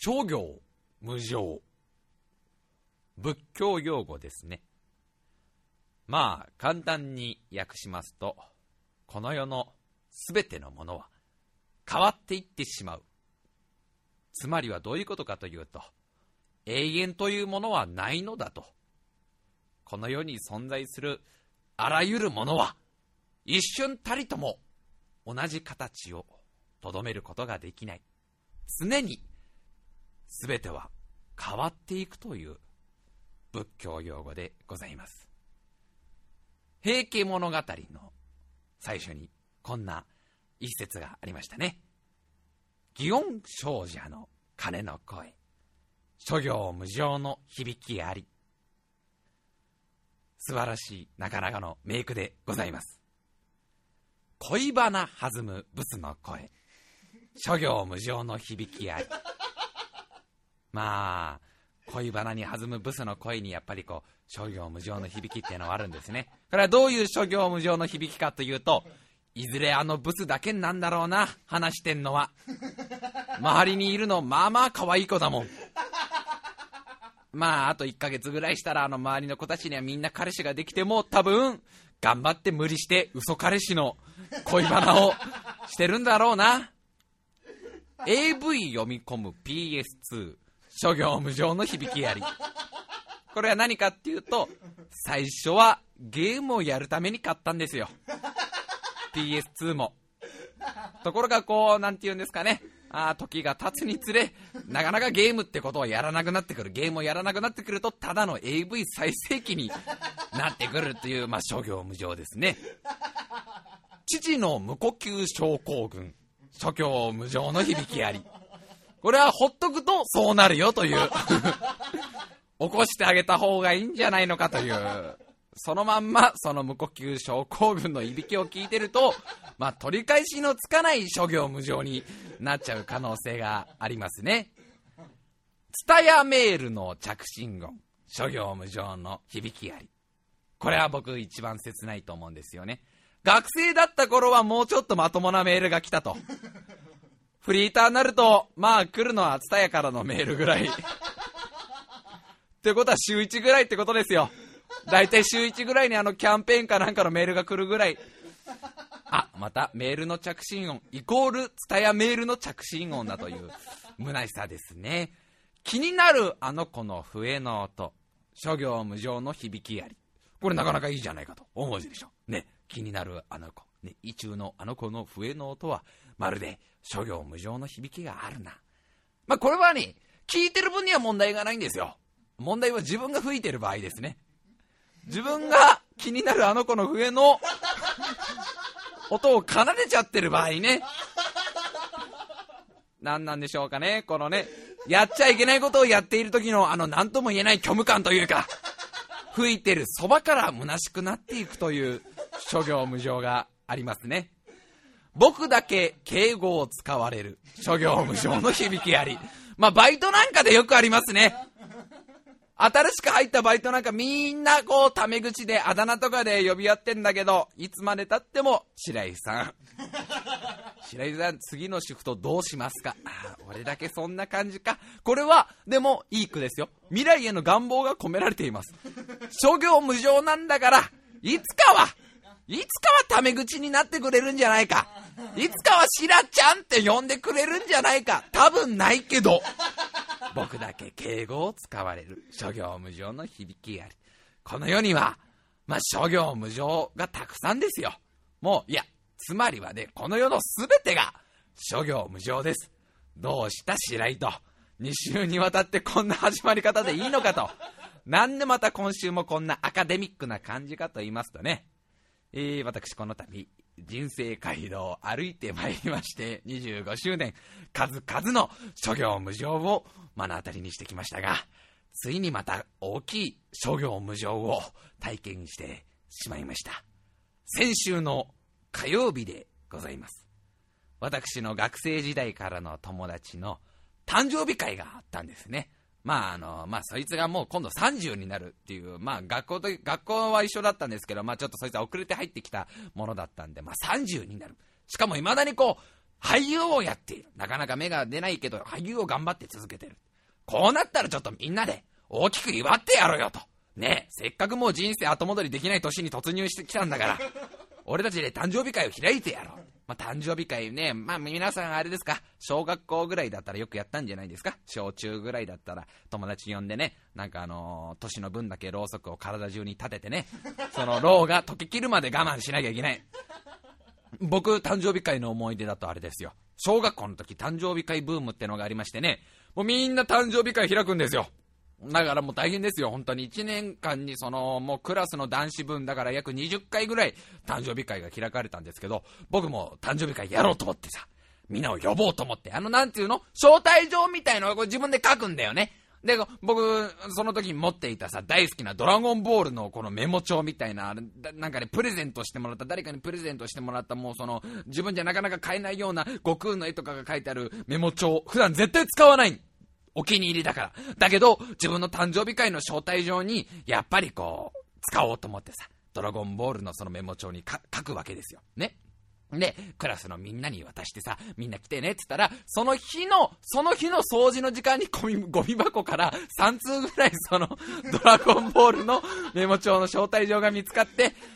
諸行無常、仏教用語ですね。まあ簡単に訳しますと、この世のすべてのものは変わっていってしまう。つまりはどういうことかというと、永遠というものはないのだと。この世に存在するあらゆるものは一瞬たりとも同じ形をとどめることができない。常にすべては変わっていくという仏教用語でございます。平家物語の最初にこんな一節がありましたね。祇園精舎の鐘の声、諸行無常の響きあり。素晴らしいなかなかの名句でございます。恋バナ弾むブスの声、諸行無常の響きあり。まあ恋バナに弾むブスの声にやっぱりこう諸行無常の響きっていうのはあるんですね。これはどういう諸行無常の響きかというと、いずれあのブスだけなんだろうな、話してんのは。周りにいるのまあまあ可愛い子だもん。まああと1ヶ月ぐらいしたら周りの子たちにはみんな彼氏ができても、多分頑張って無理して嘘彼氏の恋バナをしてるんだろうな。AV 読み込む PS2、諸行無常の響きあり。これは何かっていうと、最初はゲームをやるために買ったんですよ、 PS2 も。ところがこうなんて言うんですかね、時が経つにつれなかなかゲームってことをやらなくなってくる。ゲームをやらなくなってくるとただの AV 再生機になってくるという、諸行無常ですね。父の無呼吸症候群、諸行無常の響きあり。これはほっとくとそうなるよという起こしてあげた方がいいんじゃないのかという、そのまんまその無呼吸症候群のいびきを聞いてると、取り返しのつかない諸行無常になっちゃう可能性がありますね。ツタヤメールの着信音、諸行無常の響きあり。これは僕一番切ないと思うんですよね。学生だった頃はもうちょっとまともなメールが来たと。フリーターになると来るのはツタヤからのメールぐらいってことは週1ぐらいってことですよ。だいたい週1ぐらいにキャンペーンかなんかのメールが来るぐらい。またメールの着信音イコールツタヤメールの着信音だという虚しさですね。気になるあの子の笛の音、諸行無常の響きあり。これなかなかいいじゃないかと思うでしょね。気になるあの子、ね、意中のあの子の笛の音はまるで諸行無常の響きがあるな。これはね、聞いてる分には問題がないんですよ。問題は自分が吹いてる場合ですね。自分が気になるあの子の笛の音を奏でちゃってる場合ね。何なんでしょうかね、このね、やっちゃいけないことをやっている時の何とも言えない虚無感というか、吹いてるそばから虚しくなっていくという諸行無常がありますね。僕だけ敬語を使われる、諸行無常の響きあり。バイトなんかでよくありますね。新しく入ったバイトなんかみんなこうタメ口であだ名とかで呼び合ってんだけど、いつまで経っても白井さん白井さん次のシフトどうしますか。俺だけそんな感じか。これはでもいい句ですよ。未来への願望が込められています。諸行無常なんだから、いつかはタメ口になってくれるんじゃないか。いつかはシラちゃんって呼んでくれるんじゃないか。多分ないけど僕だけ敬語を使われる、諸行無常の響きあり。この世には諸行無常がたくさんですよ。つまりはね、この世のすべてが諸行無常です。どうした白井と、2週にわたってこんな始まり方でいいのかと。なんでまた今週もこんなアカデミックな感じかと言いますとね、私この度人生街道を歩いてまいりまして、25周年、数々の諸行無常を目の当たりにしてきましたが、ついにまた大きい諸行無常を体験してしまいました。先週の火曜日でございます。私の学生時代からの友達の誕生日会があったんですね。そいつがもう今度30になるっていう、学校は一緒だったんですけど、ちょっとそいつは遅れて入ってきたものだったんで、30になる。しかも未だにこう俳優をやっている。なかなか芽が出ないけど、俳優を頑張って続けてる。こうなったらちょっとみんなで大きく祝ってやろうよと。ねえ、せっかくもう人生後戻りできない年に突入してきたんだから、俺たちで誕生日会を開いてやろう。まあ、誕生日会ね、まあ皆さんあれですか、小学校ぐらいだったらよくやったんじゃないですか。小中ぐらいだったら友達呼んでね、なんか年の分だけろうそくを体中に立ててね、そのろうが溶けきるまで我慢しなきゃいけない。僕、誕生日会の思い出だとあれですよ。小学校の時誕生日会ブームってのがありましてね、もうみんな誕生日会開くんですよ。だからもう大変ですよ、本当に。1年間にもうクラスの男子分だから約20回ぐらい誕生日会が開かれたんですけど、僕も誕生日会やろうと思ってさ、みんなを呼ぼうと思って、なんていうの、招待状みたいのを自分で書くんだよね。で、僕、その時に持っていたさ、大好きなドラゴンボールのこのメモ帳みたいな、なんかね、プレゼントしてもらった、誰かにプレゼントしてもらった、もう自分じゃなかなか買えないような悟空の絵とかが書いてあるメモ帳、普段絶対使わない。お気に入りだから。だけど、自分の誕生日会の招待状に、やっぱり使おうと思ってさ、ドラゴンボールのそのメモ帳に書くわけですよ。ね。で、クラスのみんなに渡してさ、みんな来てねって言ったら、その日の掃除の時間にゴミ箱から3通ぐらいドラゴンボールのメモ帳の招待状が見つかって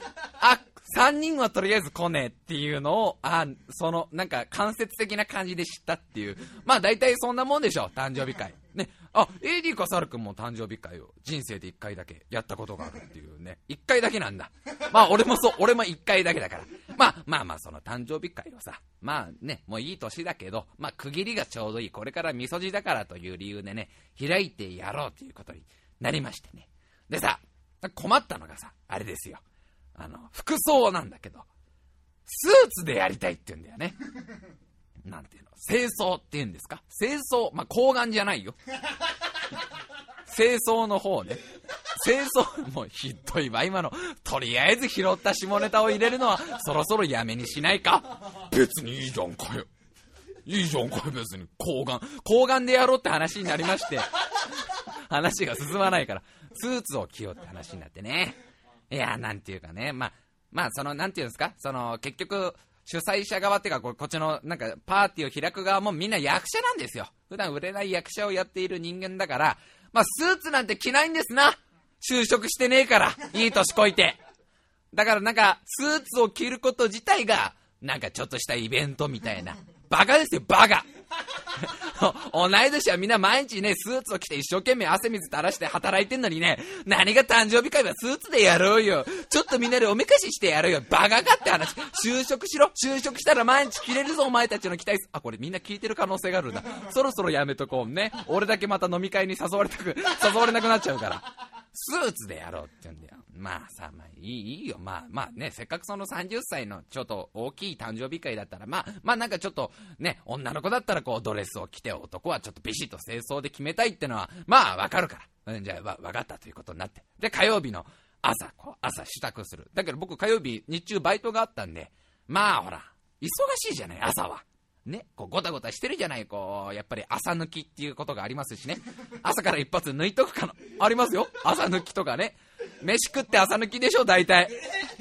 、3人はとりあえず来ねえっていうのを、なんか間接的な感じで知ったっていう。まあ大体そんなもんでしょ、誕生日会。ね。AD かサル君も誕生日会を人生で1回だけやったことがあるっていうね。1回だけなんだ。まあ俺も1回だけだから。まあその誕生日会をさ、まあね、もういい年だけど、まあ区切りがちょうどいい。これからみそじだからという理由でね、開いてやろうということになりましてね。でさ、困ったのがさ、あれですよ。服装なんだけど、スーツでやりたいって言うんだよね。なんていうの、清掃って言うんですか、清掃、まあ、睾丸じゃないよ。清掃の方ね。清掃、もうひどいわ、今の。とりあえず拾った下ネタを入れるのは、そろそろやめにしないか。別にいいじゃんかよ。いいじゃんかよ、別に。睾丸でやろうって話になりまして。話が進まないから、スーツを着ようって話になってね。いや、なんていうかね、まあ、なんていうんですか、結局、主催者側っていうか、こっちの、なんか、パーティーを開く側もみんな役者なんですよ。普段売れない役者をやっている人間だから、まあ、スーツなんて着ないんですな。就職してねえから、いい年こいて。だからなんか、スーツを着ること自体が、なんかちょっとしたイベントみたいな。バカですよ、バカ。同い年はみんな毎日ね、スーツを着て一生懸命汗水垂らして働いてんのにね、何が誕生日会はスーツでやろうよ。ちょっとみんなでおめかししてやろうよ。バカかって話。就職しろ。就職したら毎日着れるぞ、お前たちの期待。これみんな聞いてる可能性があるんだ。そろそろやめとこうね。俺だけまた飲み会に誘われなくなっちゃうから。スーツでやろうって言うんだよ。まあさ、まあいいよ。まあね、せっかくその30歳のちょっと大きい誕生日会だったら、まあなんかちょっとね、女の子だったらドレスを着て、男はちょっとビシッと清掃で決めたいってのは、まあわかるから。じゃあわかったということになって。で、火曜日の朝支度する。だけど僕火曜日日中バイトがあったんで、まあほら、忙しいじゃない、朝は。ね、ごたごたしてるじゃない、やっぱり朝抜きっていうことがありますしね。朝から一発抜いとくかの、ありますよ。朝抜きとかね。飯食って朝抜きでしょ、大体。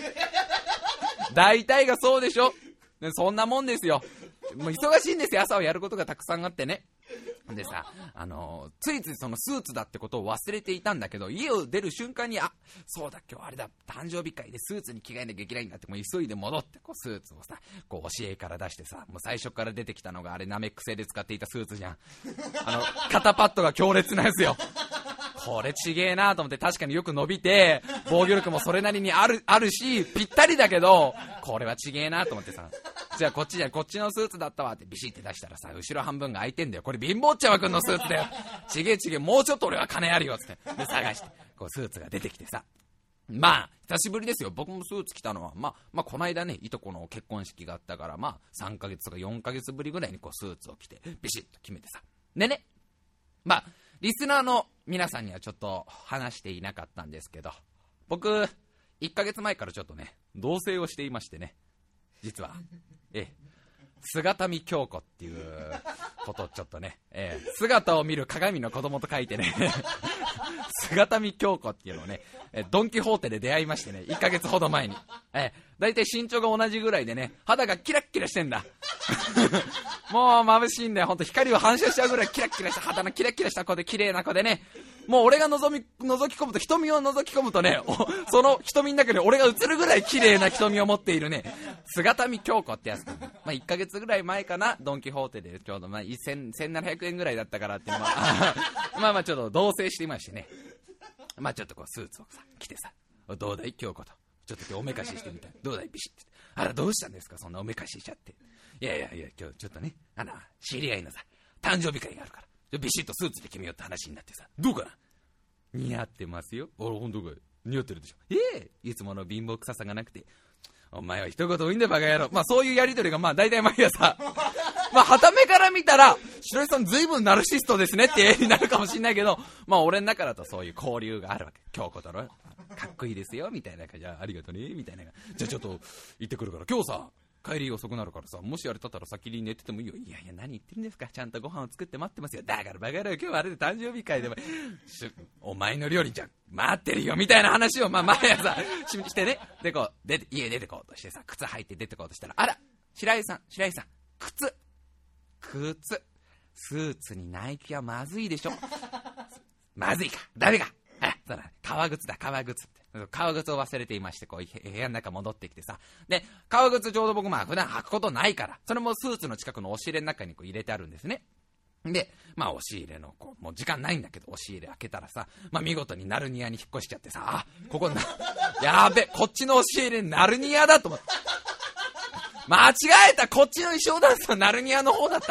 大体がそうでしょ。そんなもんですよ。もう忙しいんですよ、朝をやることがたくさんあってね。でさ、ついついそのスーツだってことを忘れていたんだけど、家を出る瞬間に、そうだ、今日あれだ、誕生日会でスーツに着替えなきゃいけないんだって、もう急いで戻って、スーツをさ、教えから出してさ、もう最初から出てきたのがあれ、ナメック製で使っていたスーツじゃん。肩パッドが強烈なやつよ。これちげえなと思って、確かによく伸びて、防御力もそれなりにあるし、ぴったりだけど、これはちげえなと思ってさ、じゃあこっちのスーツだったわってビシって出したらさ、後ろ半分が空いてんだよ。これ貧乏ちゃわくんのスーツだよ。ちげえ、もうちょっと俺は金あるよっつって。で、探して、スーツが出てきてさ。まあ、久しぶりですよ。僕もスーツ着たのは、まあ、この間ね、いとこの結婚式があったから、まあ、3ヶ月とか4ヶ月ぶりぐらいにスーツを着て、ビシッと決めてさ。でね、まあ、リスナーの皆さんにはちょっと話していなかったんですけど、僕、1ヶ月前からちょっとね、同棲をしていましてね、実は。 姿見京子っていうことをちょっとね、姿を見る鏡の子供と書いてね姿見京子っていうのをね、ドンキホーテで出会いましてね、1ヶ月ほど前に、だいたい身長が同じぐらいでね、肌がキラッキラしてんだもう眩しいんだよ、ほんと光を反射しちゃうぐらいキラッキラした肌のキラッキラした子で、綺麗な子でね、もう俺が覗き込むと、瞳を覗き込むとね、その瞳の中に俺が映るぐらい綺麗な瞳を持っているね、姿見京子ってやつ。まあ1ヶ月ぐらい前かな、ドンキホーテでちょうど1700円ぐらいだったからっていうのはまあちょっと同棲していましてね、まあちょっとこうスーツをさ着てさ、どうだい京子と、ちょっと今日おめかししてみたい、どうだいビシッて、あらどうしたんですかそんなおめかししちゃって。いや今日ちょっとね、知り合いのさ誕生日会があるからビシッとスーツで決めようって話になってさ、どうかな、似合ってますよ。あら本当かい、似合ってるでしょ。いつもの貧乏臭さがなくて、お前は一言多いんだよバカ野郎。まあそういうやりとりがまあ大体毎朝まあ傍目から見たら白井さんずいぶんナルシストですねってなるかもしんないけど、まあ俺の中だとそういう交流があるわけ。京子とのかっこいいですよみたいな感じ、ありがとうねみたいな、じゃあちょっと行ってくるから今日さ帰り遅くなるからさ、もしあれだったら先に寝ててもいいよ。いや何言ってるんですか、ちゃんとご飯を作って待ってますよ。だからバカ野郎、今日はあれで誕生日会でもお前の料理じゃん待ってるよみたいな話をまあ毎朝してね、でこう家出てこうとしてさ、靴履いて出てこうとしたら、あら白井さん靴スーツにナイキはまずいでしょまずいかダメか、そうだ、革靴って革靴を忘れていまして、こう部屋の中戻ってきてさ、で革靴ちょうど僕普段履くことないから、それもスーツの近くの押し入れの中にこう入れてあるんですね。で押し入れのもう時間ないんだけど、押し入れ開けたらさ、見事にナルニアに引っ越しちゃってさ、ここやべ、こっちの押し入れナルニアだと思って、間違えた、こっちの衣装ダンスはナルニアの方だった。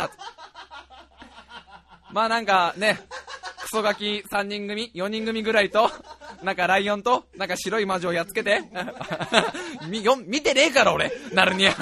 なんかね、クソガキ3人組4人組ぐらいとなんかライオンとなんか白い魔女をやっつけて見てねえから俺ナルニア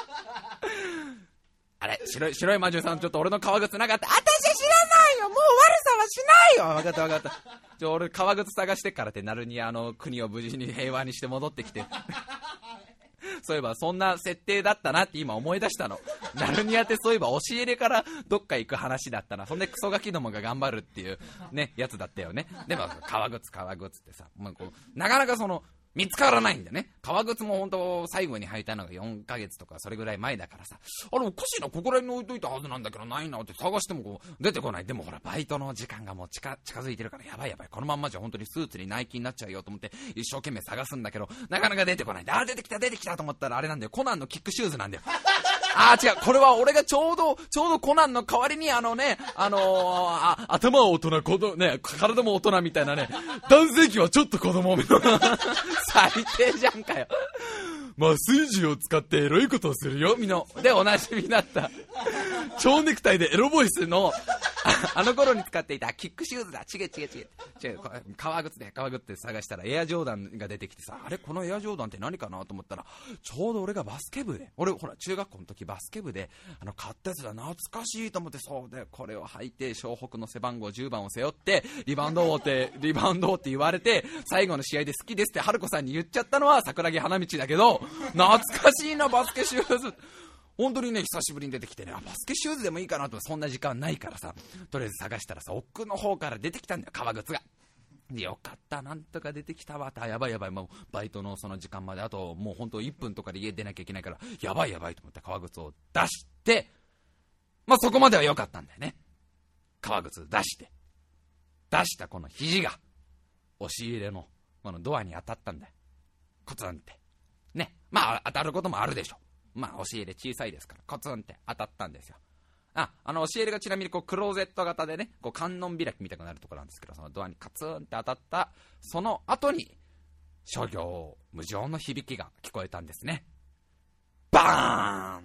あれ白い魔女さん、ちょっと俺の革靴なかった。私知らないよ、もう悪さはしないよ。分かった俺革靴探してからって、ナルニアの国を無事に平和にして戻ってきてそういえばそんな設定だったなって今思い出したの。ナルニアってそういえば押し入れからどっか行く話だったな。そんでクソガキどもが頑張るっていうねやつだったよね。でも革靴ってさ、なかなか見つからないんだよね。革靴も本当最後に履いたのが4ヶ月とかそれぐらい前だからさ、おかしいな、ここら辺に置いといたはずなんだけどないなって探しても出てこない。でもほらバイトの時間がもう近づいてるから、やばいこのまんまじゃ本当にスーツにナイキになっちゃうよと思って一生懸命探すんだけど、なかなか出てこない。で出てきたと思ったらあれなんだよ、コナンのキックシューズなんだよ。違う、これは俺がちょうどコナンの代わりに頭は大人、体も大人みたいなね、男性器はちょっと子供めの最低じゃんかよ。麻酔銃を使ってエロいことをするよみのでおなじみだった蝶ネクタイでエロボイスのあの頃に使っていたキックシューズだ。違う、革靴で探したらエアジョーダンが出てきてさ、あれこのエアジョーダンって何かなと思ったら、ちょうど俺がバスケ部で、俺ほら中学校の時バスケ部で買ったやつだ、懐かしいと思って、そうでこれを履いて湘北の背番号10番を背負ってリバウンド王って言われて、最後の試合で好きですって春子さんに言っちゃったのは桜木花道だけど、懐かしいなバスケシューズ。本当にね久しぶりに出てきてね、バスケシューズでもいいかなと。そんな時間ないからさ、とりあえず探したらさ、奥の方から出てきたんだよ革靴が。よかった、なんとか出てきたわ。やばいもうバイトのその時間まであともう本当1分とかで家出なきゃいけないから、やばいと思って革靴を出して、そこまでは良かったんだよね。革靴出したこの肘が押し入れのこのドアに当たったんだよ、コツンってね。当たることもあるでしょ。押し入れ小さいですからコツンって当たったんですよ。押し入れがちなみにクローゼット型でね、観音開きみたいになるところなんですけど、そのドアにカツンって当たったその後に諸行無常の響きが聞こえたんですね。バ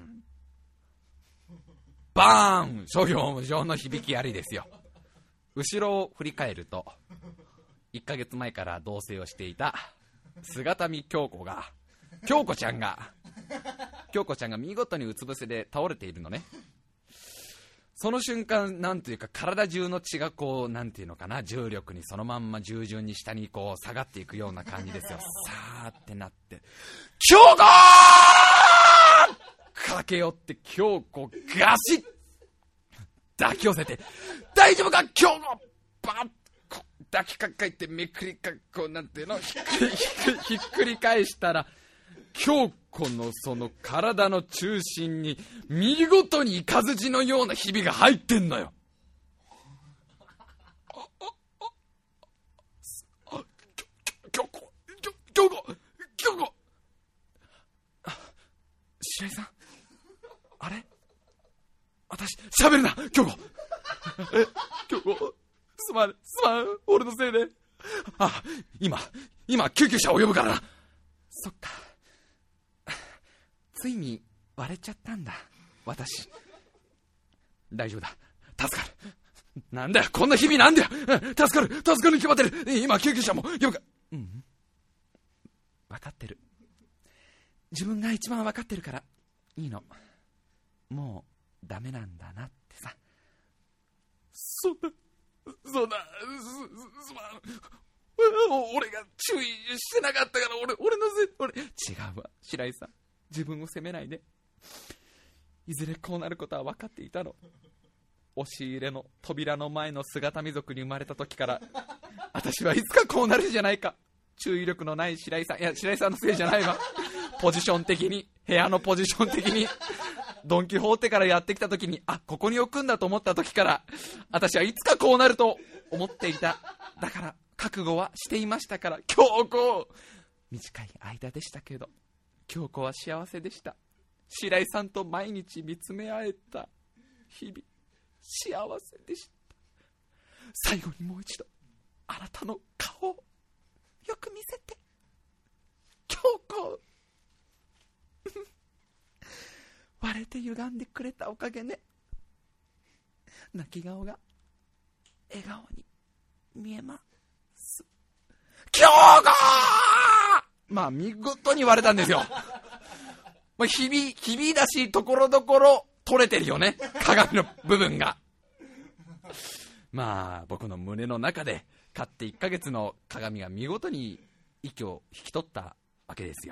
ーン諸行無常の響きありですよ。後ろを振り返ると1ヶ月前から同棲をしていた姿見京子ちゃんが見事にうつ伏せで倒れているのね。その瞬間なんていうか、体中の血がなんていうのかな、重力にそのまんま従順に下に下がっていくような感じですよ。さーってなって、京子駆け寄って京子ガシッ抱き寄せて、大丈夫か京子、バッ抱きかかえてめくりかこうなんていうのひっくり返したら、京子のその体の中心に見事にイカズチのようなひびが入ってんのよ。京子、白井さん、あれ、私喋るな、京子。京子、すまん、俺のせいで。今救急車を呼ぶからな。そっか、ついに割れちゃったんだ私。大丈夫だ、助かる。なんだよこんな日々、なんだよ、助かるに決まってる。今救急車も呼ぶか。分かってる、自分が一番分かってるからいいの。もうダメなんだなってさ。そんなすまん、俺が注意してなかったから、俺のせい。違うわ白井さん、自分を責めないで。いずれこうなることは分かっていたの。押し入れの扉の前の姿見族に生まれた時から私はいつかこうなるじゃないか。注意力のない白井さん、いや白井さんのせいじゃないわ。ポジション的に、部屋のポジション的にドンキホーテからやってきた時に、ここに置くんだと思った時から私はいつかこうなると思っていた。だから覚悟はしていましたから。京子、短い間でしたけど京子は幸せでした。白井さんと毎日見つめ合えた日々、幸せでした。最後にもう一度あなたの顔をよく見せて京子。割れて歪んでくれたおかげね。泣き顔が笑顔に見えます京子。見事に割れたんですよ。ひびだし、ところどころ取れてるよね、鏡の部分が。僕の胸の中で買って1ヶ月の鏡が見事に息を引き取ったわけですよ。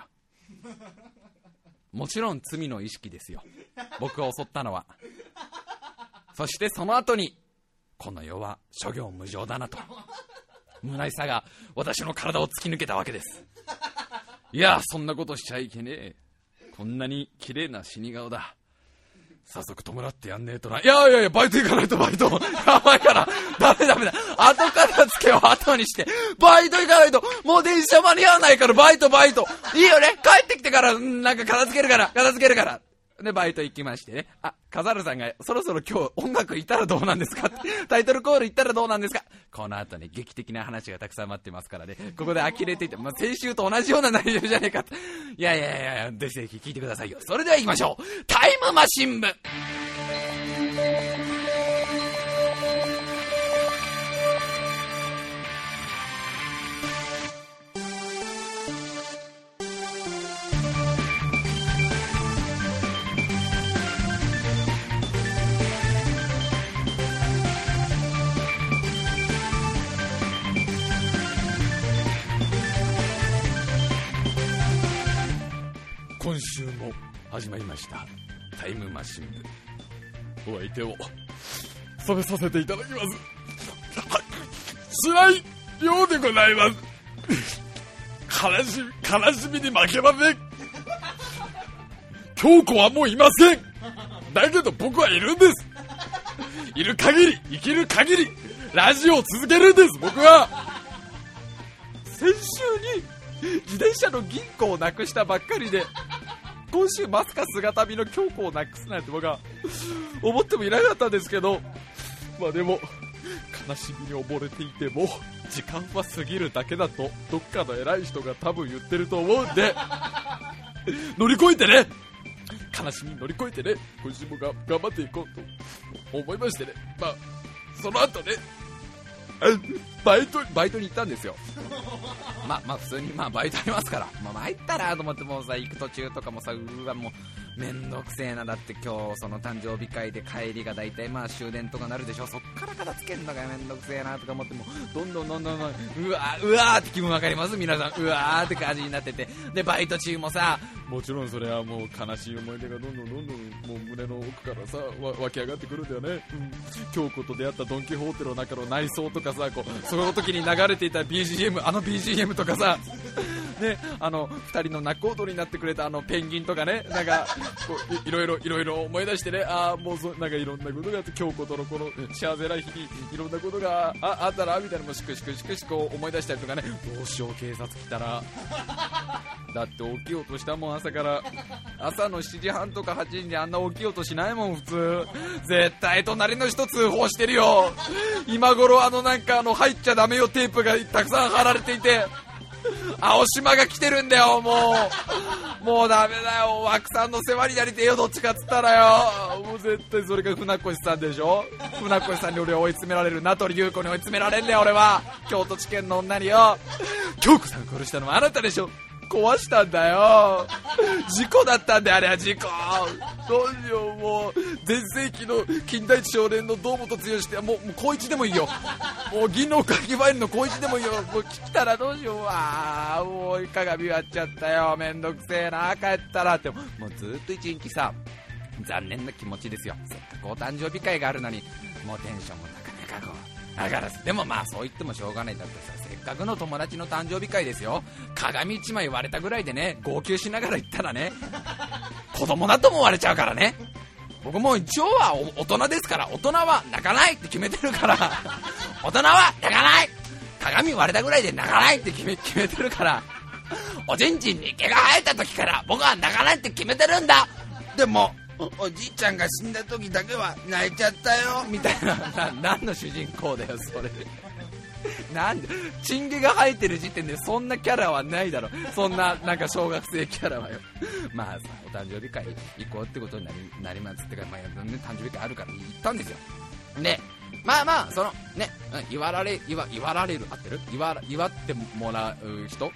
もちろん罪の意識ですよ、僕を襲ったのは。そしてその後に、この世は諸行無常だなと虚しさが私の体を突き抜けたわけです。いや、そんなことしちゃいけねえ。こんなに綺麗な死に顔だ。早速弔ってやんねえとな。いや、バイト行かないと、バイトやばいから、ダメだ、後片付けを後にしてバイト行かないと、もう電車間に合わないから、バイトいいよね、帰ってきてからなんか片付けるからでバイト行きましてね。笠原さんがそろそろ今日音楽行ったらどうなんですかって、タイトルコール行ったらどうなんですか。この後ね、劇的な話がたくさん待ってますからね、ここで呆れていて、先週と同じような内容じゃねえかって。いや、ぜひ聞いてくださいよ。それでは行きましょう、タイムマシン部。今週も始まりましたタイムマシン部。お相手を務めさせていただきます白井亮でございます。悲しみに負けません。京子はもういません。だけど僕はいるんです。いる限り、生きる限りラジオを続けるんです。僕は先週に自転車の銀行をなくしたばっかりで、今週まさか姿見の京子をなくすなんて僕は思ってもいなかったんですけど、でも悲しみに溺れていても時間は過ぎるだけだとどっかの偉い人が多分言ってると思うんで乗り越えてね、悲しみ乗り越えてね、今週も頑張っていこうと思いましてね。その後ね、 バイトに行ったんですよ。まあ普通にバイトありますから、参ったなと思って、もうさ行く途中とかもさ、うわもうめんどくせえな。だって今日その誕生日会で帰りがだいたい終電とかなるでしょ。そっから片付けるのがめんどくせえなとか思って、もうどんどんうわーって気分わかります皆さん、うわーって感じになってて、でバイト中もさ、もちろんそれはもう悲しい思い出がどんどんもう胸の奥からさ湧き上がってくるんだよね。京子と出会ったドン・キホーテの中の内装とかさ、こうその時に流れていた BGM、 BGM とかさね、2人の仲人になってくれたペンギンとかね、なんかこういろいろ思い出してね、もうなんかいろんなことがあって、京子とのこの幸せな日にいろんなことがあったなみたいなのもしくしこう思い出したりとかね。どうしよう警察来たらだって起きようとしたもん、朝から朝の7時半とか8時にあんな起きようとしないもん普通。絶対隣の人通報してるよ。今頃なんか入っちゃダメよテープがたくさん貼られていて、青島が来てるんだよ。もうダメだよ、枠さんの世話になりてえよ、どっちかっつったらよ。もう絶対それが船越さんでしょ。船越さんに俺は追い詰められる、名取裕子に追い詰められんだよ俺は。京都地検の女によ、京子さん殺したのはあなたでしょ。壊したんだよ、事故だったんだよあれは事故。どうしよう、もう全盛期の金田一少年の堂本剛ってもう高一でもいいよ、もう銀の鍵ファイルの高一でもいいよ。もう来たらどうしよう、もう鏡割っちゃったよ、めんどくせえな帰ったらって。もうずっと一日さ残念な気持ちですよ。せっかくお誕生日会があるのにもうテンションもなかなかこう上がらず。でもそう言ってもしょうがない。だってさ、せっかくの友達の誕生日会ですよ。鏡一枚割れたぐらいでね、号泣しながら行ったらね、子供だとも割れちゃうからね。僕も一応は大人ですから、大人は泣かないって決めてるから大人は泣かない、鏡割れたぐらいで泣かないって決めてるから、おちんちんに毛が生えた時から僕は泣かないって決めてるんだ。でもおじいちゃんが死んだ時だけは泣いちゃったよみたいな。何の主人公だよそれ。なんでチンゲが生えてる時点でそんなキャラはないだろ、そんななんか小学生キャラはよ。さお誕生日会行こうってことになりますってか、誕生日会あるから行ったんですよ。でそのね、祝られる合ってる、祝ってもらう人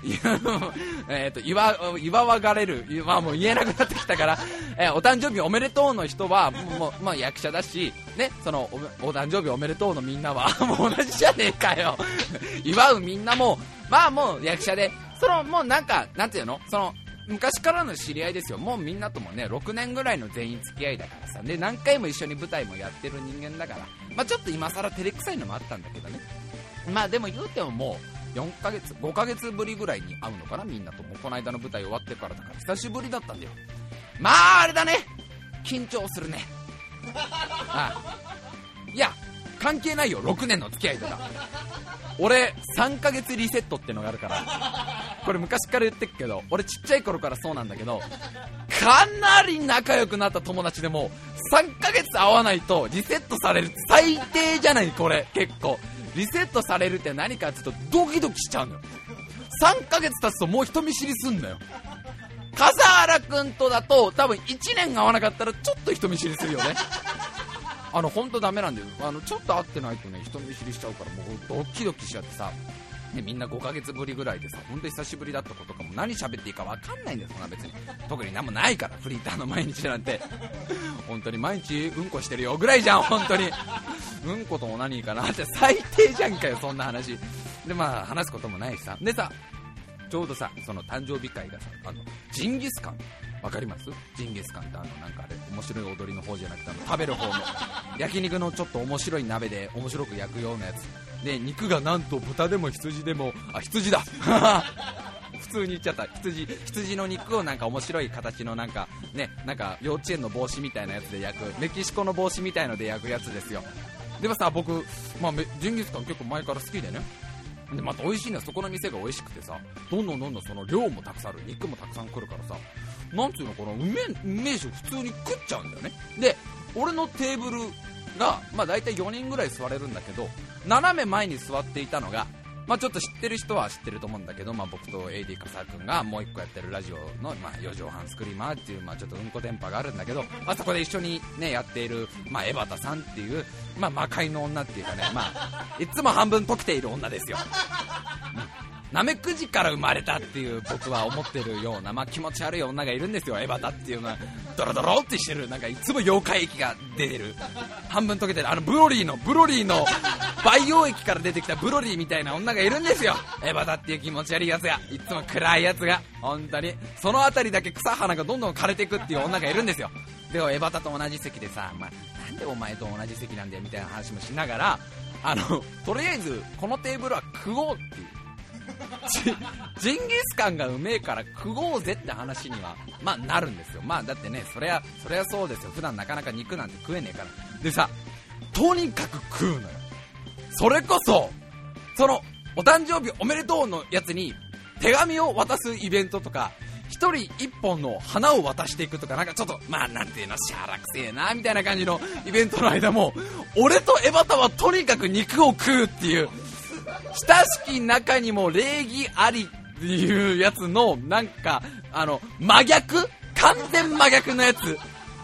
祝わがれる、もう言えなくなってきたから、お誕生日おめでとうの人はもう役者だしね、そのお誕生日おめでとうのみんなはもう同じじゃねえかよ祝うみんなももう役者で、もうなんていうの、昔からの知り合いですよ。もうみんなともね6年ぐらいの全員付き合いだからさ、で何回も一緒に舞台もやってる人間だから、ちょっと今更照れくさいのもあったんだけどね。でも言うてももう5ヶ月ぶりぐらいに会うのかな、みんなとも。この間の舞台終わってからだから久しぶりだったんだよ。あれだね、緊張するね。いや関係ないよ、6年の付き合いとか。俺3ヶ月リセットってのがあるから、これ昔から言ってっけど、俺ちっちゃい頃からそうなんだけど、かなり仲良くなった友達でも3ヶ月会わないとリセットされる。最低じゃないこれ。結構リセットされるって何かって言うとドキドキしちゃうのよ。3ヶ月経つともう人見知りすんのよ。笠原くんとだと多分1年会わなかったらちょっと人見知りするよね。ほんとダメなんだよ。ちょっと会ってないとね人見知りしちゃうから、もうドキドキしちゃってさ、ね、みんな5ヶ月ぶりぐらいでさ、ほんと久しぶりだったことかも何喋っていいか分かんないんだよ。そんな別に特に何もないから、フリーターの毎日なんて本当に毎日うんこしてるよぐらいじゃん。本当にうんことも何かなって最低じゃんかよそんな話で。話すこともないしさ。でさ、ちょうどさその誕生日会がさ、ジンギスカンわかります？ジンギスカンってなんかあれ面白い踊りの方じゃなくて食べる方の焼肉のちょっと面白い鍋で面白く焼くようなやつで、肉がなんと豚でも羊でも羊だ普通に言っちゃった。羊の肉をなんか面白い形のなんか幼稚園の帽子みたいなやつで焼く、メキシコの帽子みたいので焼くやつですよ。でもさ僕、ジンギスカン結構前から好きでね、でまた美味しいのはそこの店が美味しくてさ、どんどんその量もたくさんある、肉もたくさん来るからさ、なんつうのかな、うめえし普通に食っちゃうんだよね。で俺のテーブルがだいたい4人ぐらい座れるんだけど、斜め前に座っていたのがまあちょっと知ってる人は知ってると思うんだけど、まあ僕と AD 笠くんがもう一個やってるラジオの、まあ4畳半スクリーマーっていう、まあちょっとうんこ電波があるんだけど、まあそこで一緒にね、やっている、まあ江端さんっていう、まあ魔界の女っていうかね、まあ、いつも半分解けている女ですよ。なめくじから生まれたっていう僕は思ってるような、まあ、気持ち悪い女がいるんですよ。エヴァタっていうのはドロドロってしてる、なんかいつも妖怪液が出てる、半分溶けてる、ブロリーの培養液から出てきたブロリーみたいな女がいるんですよ。エヴァタっていう気持ち悪いやつが、いつも暗いやつが、本当にそのあたりだけ草花がどんどん枯れていくっていう女がいるんですよ。でエヴァタと同じ席でさ、まあ、なんでお前と同じ席なんだよみたいな話もしながら、とりあえずこのテーブルは食おうっていうジンギスカンがうめえから食おうぜって話にはまあなるんですよ。まあだってね、そりゃそうですよ。普段なかなか肉なんて食えねえから。でさ、とにかく食うのよ。それこそそのお誕生日おめでとうのやつに手紙を渡すイベントとか、一人一本の花を渡していくとか、なんかちょっとまあなんていうの、しゃらくせえなみたいな感じのイベントの間も、俺とエバタはとにかく肉を食うっていう、親しき中にも礼儀ありっていうやつの、なんか真逆、完全真逆のやつ。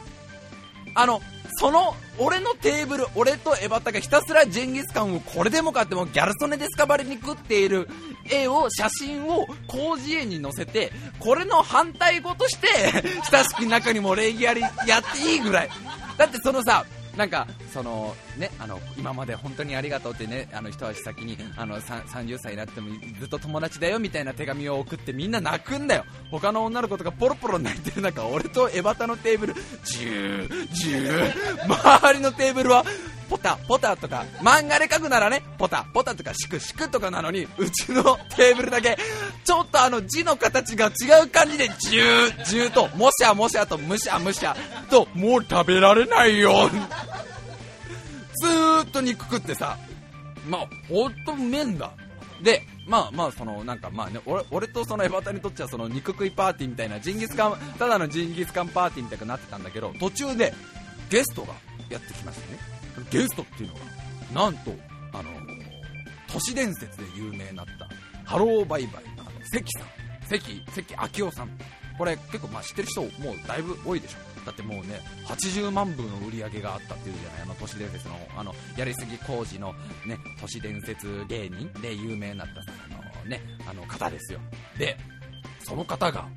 その俺のテーブル、俺とエバタがひたすらジンギスカンをこれでもかってもギャル曽根でスカバリに食っている写真を広辞苑に載せて、これの反対語として親しき中にも礼儀ありやっていいぐらいだって。そのさ、なんかそのね、今まで本当にありがとうってね、一足先に30歳になってもずっと友達だよみたいな手紙を送ってみんな泣くんだよ。他の女の子とかポロポロ泣いてる中、俺とエバタのテーブルジュー周りのテーブルはポタポタとか、漫画で書くならねポタポタとかシクシクとかなのに、うちのテーブルだけちょっと字の形が違う感じでジュージューともしゃもしゃとむしゃむしゃと、もう食べられないよずーっと肉食ってさ、まあほんとうめえんだ。でまあそのなんかまあね、俺とそのエバタにとっちゃその肉食いパーティーみたいな、ただのジンギスカンパーティーみたいになってたんだけど、途中でゲストがやってきましてね。ゲストっていうのがなんと都市伝説で有名になったハローバイバイの関さん、関明夫さん。これ結構まあ知ってる人もうだいぶ多いでしょ。だってもうね80万部の売り上げがあったっていうじゃない。都市伝説のやりすぎ工事のね、都市伝説芸人で有名になった方ですよ。でその方が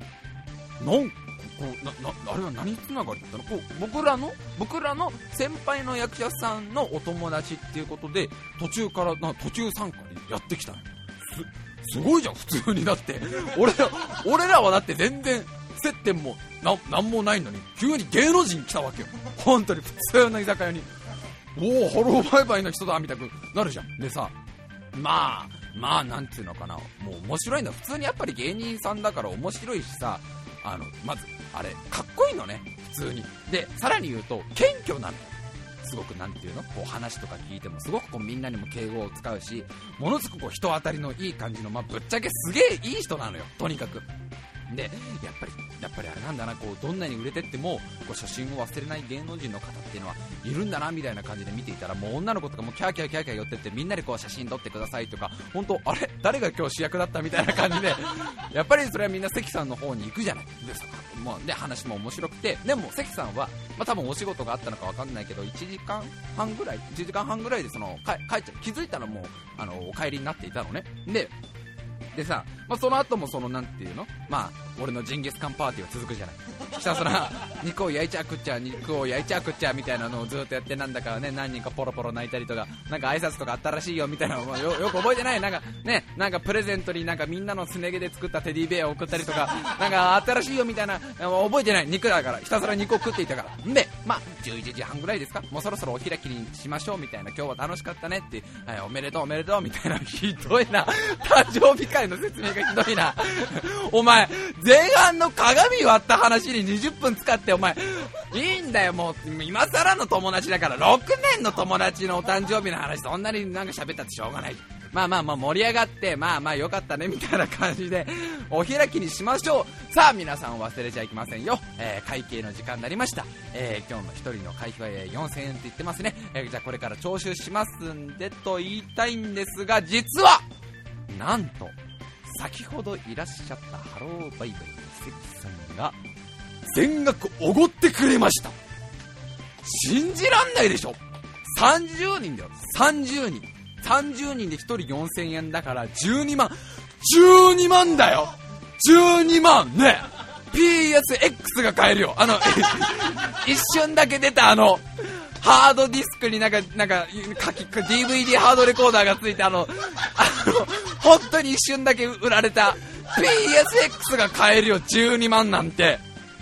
あれは何つながりだったの？僕らの先輩の役者さんのお友達っていうことで途中参加にやってきたの。すごいじゃん普通に。だって俺らはだって全然接点もなんもないのに急に芸能人来たわけよ。本当に普通の居酒屋に、おおハローバイバイの人だみたいになるじゃん。でさ、まあなんていうのかな、もう面白いんだ。普通にやっぱり芸人さんだから面白いしさ、まずあれかっこいいのね普通に。でさらに言うと謙虚なの。すごくなんていうの、こう話とか聞いてもすごくこうみんなにも敬語を使うし、ものすごくこう人当たりのいい感じの、まあぶっちゃけすげえいい人なのよとにかく。でやっぱりあれなんだな、こうどんなに売れてってもこう初心を忘れない芸能人の方っていうのはいるんだなみたいな感じで見ていたら、もう女の子とかもキャーキャー寄ってってみんなでこう写真撮ってくださいとか、本当あれ誰が今日主役だったみたいな感じでやっぱりそれはみんな関さんの方に行くじゃない。でさ、で話も面白くて、でも関さんは、多分お仕事があったのか分かんないけど1時間半ぐらいで帰っちゃう。気づいたらもうお帰りになっていたのね。でさ、その後もなんていうの、俺のジンギスカンパーティーは続くじゃない。ひたすら肉を焼いちゃ食っちゃみたいなのをずっとやって、なんだかね何人かポロポロ泣いたりとか、なんか挨拶とかあったらしいよみたいなのをよく覚えてない。なんかプレゼントになんかみんなのすね毛で作ったテディベアを送ったりとかなんかあったらしいよみたいな、覚えてない。肉だからひたすら肉を食っていたから。で11時半ぐらいですか、もうそろそろお開きにしましょうみたいな、今日は楽しかったねって、おめでとうみたいな、ひどいな誕生日会の説明がひどいなお前前半の鏡割った話に20分使って、お前いいんだよ、もう今更の友達だから、6年の友達のお誕生日の話そんなになんか喋ったってしょうがない。盛り上がって、よかったねみたいな感じでお開きにしましょう。さあ皆さん忘れちゃいけませんよ。会計の時間になりました。今日の1人の会費は4000円って言ってますね。じゃあこれから徴収しますんでと言いたいんですが、実はなんと先ほどいらっしゃったハローバイバイの関さんが全額おごってくれました。信じらんないでしょ。30人だよ、30人で1人4000円だから12万だよ、12万ね。PSX が買えるよ。一瞬だけ出たハードディスクになんかDVD ハードレコーダーがついて本当に一瞬だけ売られた PSX が買えるよ、12万なんて。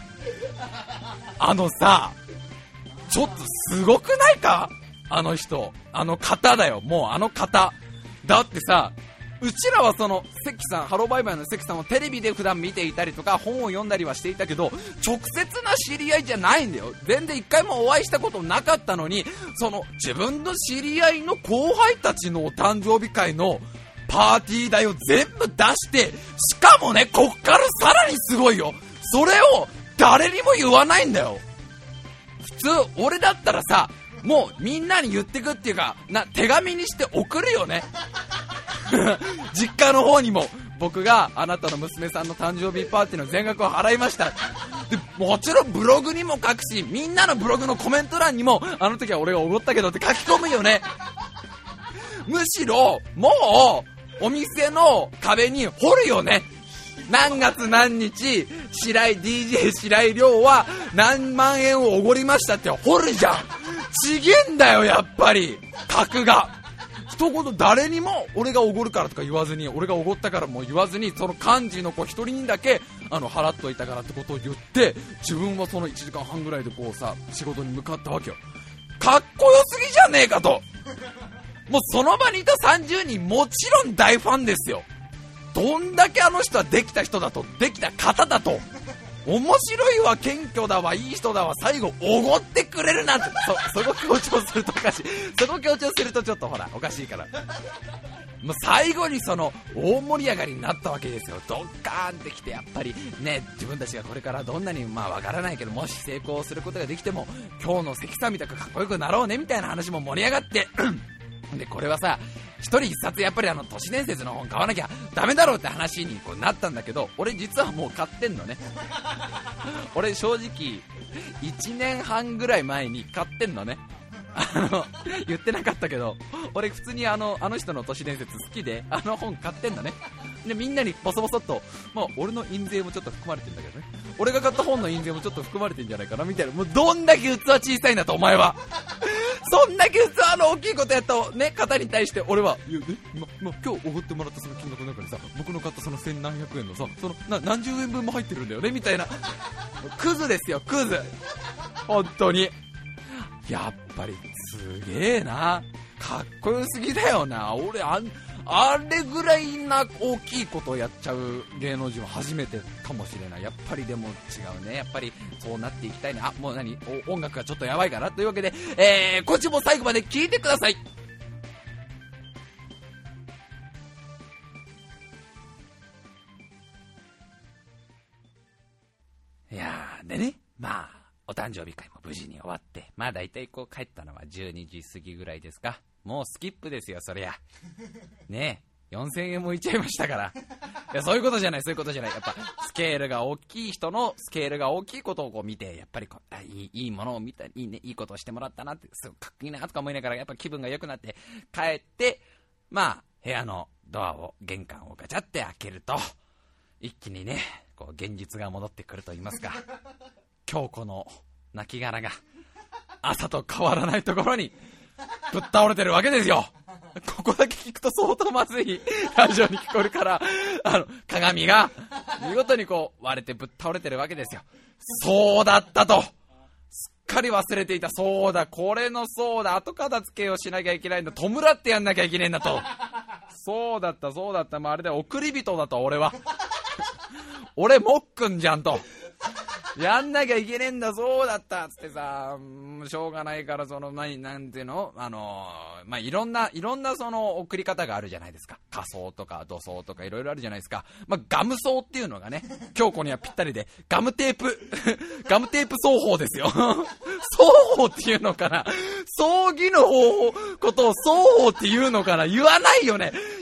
さ、ちょっとすごくないか、あの人、方だよ、もう方だってさ、うちらはその関さん、ハローバイバイの関さんをテレビで普段見ていたりとか本を読んだりはしていたけど、直接な知り合いじゃないんだよ。全然一回もお会いしたことなかったのに、その自分の知り合いの後輩たちのお誕生日会のパーティー代を全部出して、しかもね、こっからさらにすごいよ、それを誰にも言わないんだよ。普通俺だったらさ、もうみんなに言ってくっていうか手紙にして送るよね実家の方にも、僕があなたの娘さんの誕生日パーティーの全額を払いました。でもちろんブログにも書くし、みんなのブログのコメント欄にもあの時は俺がおごったけどって書き込むよね。むしろもうお店の壁に掘るよね。何月何日DJ 白井亮は何万円をおごりましたって掘るじゃん。ちげんだよ、やっぱり格が。一言誰にも俺がおごるからとか言わずに、俺がおごったからも言わずに、その幹事の子一人にだけ払っといたからってことを言って、自分はその1時間半ぐらいでこうさ、仕事に向かったわけよ。かっこよすぎじゃねえかと。もうその場にいた30人もちろん大ファンですよ。どんだけあの人はできた人だと、できた方だと、面白いわ、謙虚だわ、いい人だわ、最後おごってくれるなんて、そこ強調するとおかしい。そこ強調するとちょっとほらおかしいから、もう最後にその大盛り上がりになったわけですよ。ドッカーンってきて、やっぱりね、自分たちがこれからどんなにわからないけど、もし成功することができても今日の関さんみたくかっこよくなろうねみたいな話も盛り上がってでこれはさ、一人一冊やっぱり都市伝説の本買わなきゃダメだろうって話にこうなったんだけど、俺実はもう買ってんのね俺正直1年半ぐらい前に買ってんのね。言ってなかったけど、俺普通にあの人の都市伝説好きで本買ってんのね。でみんなにボソボソっと、俺の印税もちょっと含まれてんだけどね、俺が買った本の印税もちょっと含まれてんじゃないかなみたいな。もうどんだけ器小さいんだと、お前はそんだけ器の大きいことやったね方に対して俺は、いや今日おごってもらったその金額の中にさ、僕の買ったその千何百円のさ、その何十円分も入ってるんだよねみたいなクズですよ、クズ。本当にやっぱりすげえな、かっこよすぎだよな。俺あれぐらいな大きいことをやっちゃう芸能人は初めてかもしれない。やっぱりでも違うね、やっぱりそうなっていきたいな。もう音楽がちょっとやばいかなというわけで、今週も最後まで聞いてください。いやーでね、お誕生日会も無事に終わって、だいたいこう帰ったのは12時過ぎぐらいですか。もうスキップですよ、そりゃねえ、4000円もいっちゃいましたから。いや、そういうことじゃない、そういうことじゃない。やっぱスケールが大きい人のスケールが大きいことをこう見て、やっぱりいいものを見た、いいね、いいことをしてもらったなって、すごくかっこいいなとか思いながら、やっぱ気分が良くなって帰って、部屋のドアを、玄関をガチャって開けると、一気にね、こう現実が戻ってくると言いますか、京子の亡骸が朝と変わらないところにぶっ倒れてるわけですよ。ここだけ聞くと相当まずいラジオに聞こえるから、鏡が見事にこう割れてぶっ倒れてるわけですよ。そうだったと、すっかり忘れていた。そうだ、これのそうだ、後片付けをしなきゃいけないんだ、弔ってやんなきゃいけないんだと。そうだった、そうだった、あれで送り人だと、俺は俺もっくんじゃんと、やんなきゃいけねえんだ、そうだったっつってさ、しょうがないから、なんていうの、いろんなその送り方があるじゃないですか。仮装とか土葬とかいろいろあるじゃないですか。ガム葬っていうのがね、京子にはぴったりで、ガムテープ奏法ですよ。奏法っていうのかな、葬儀のことを奏法っていうのかな、言わないよね。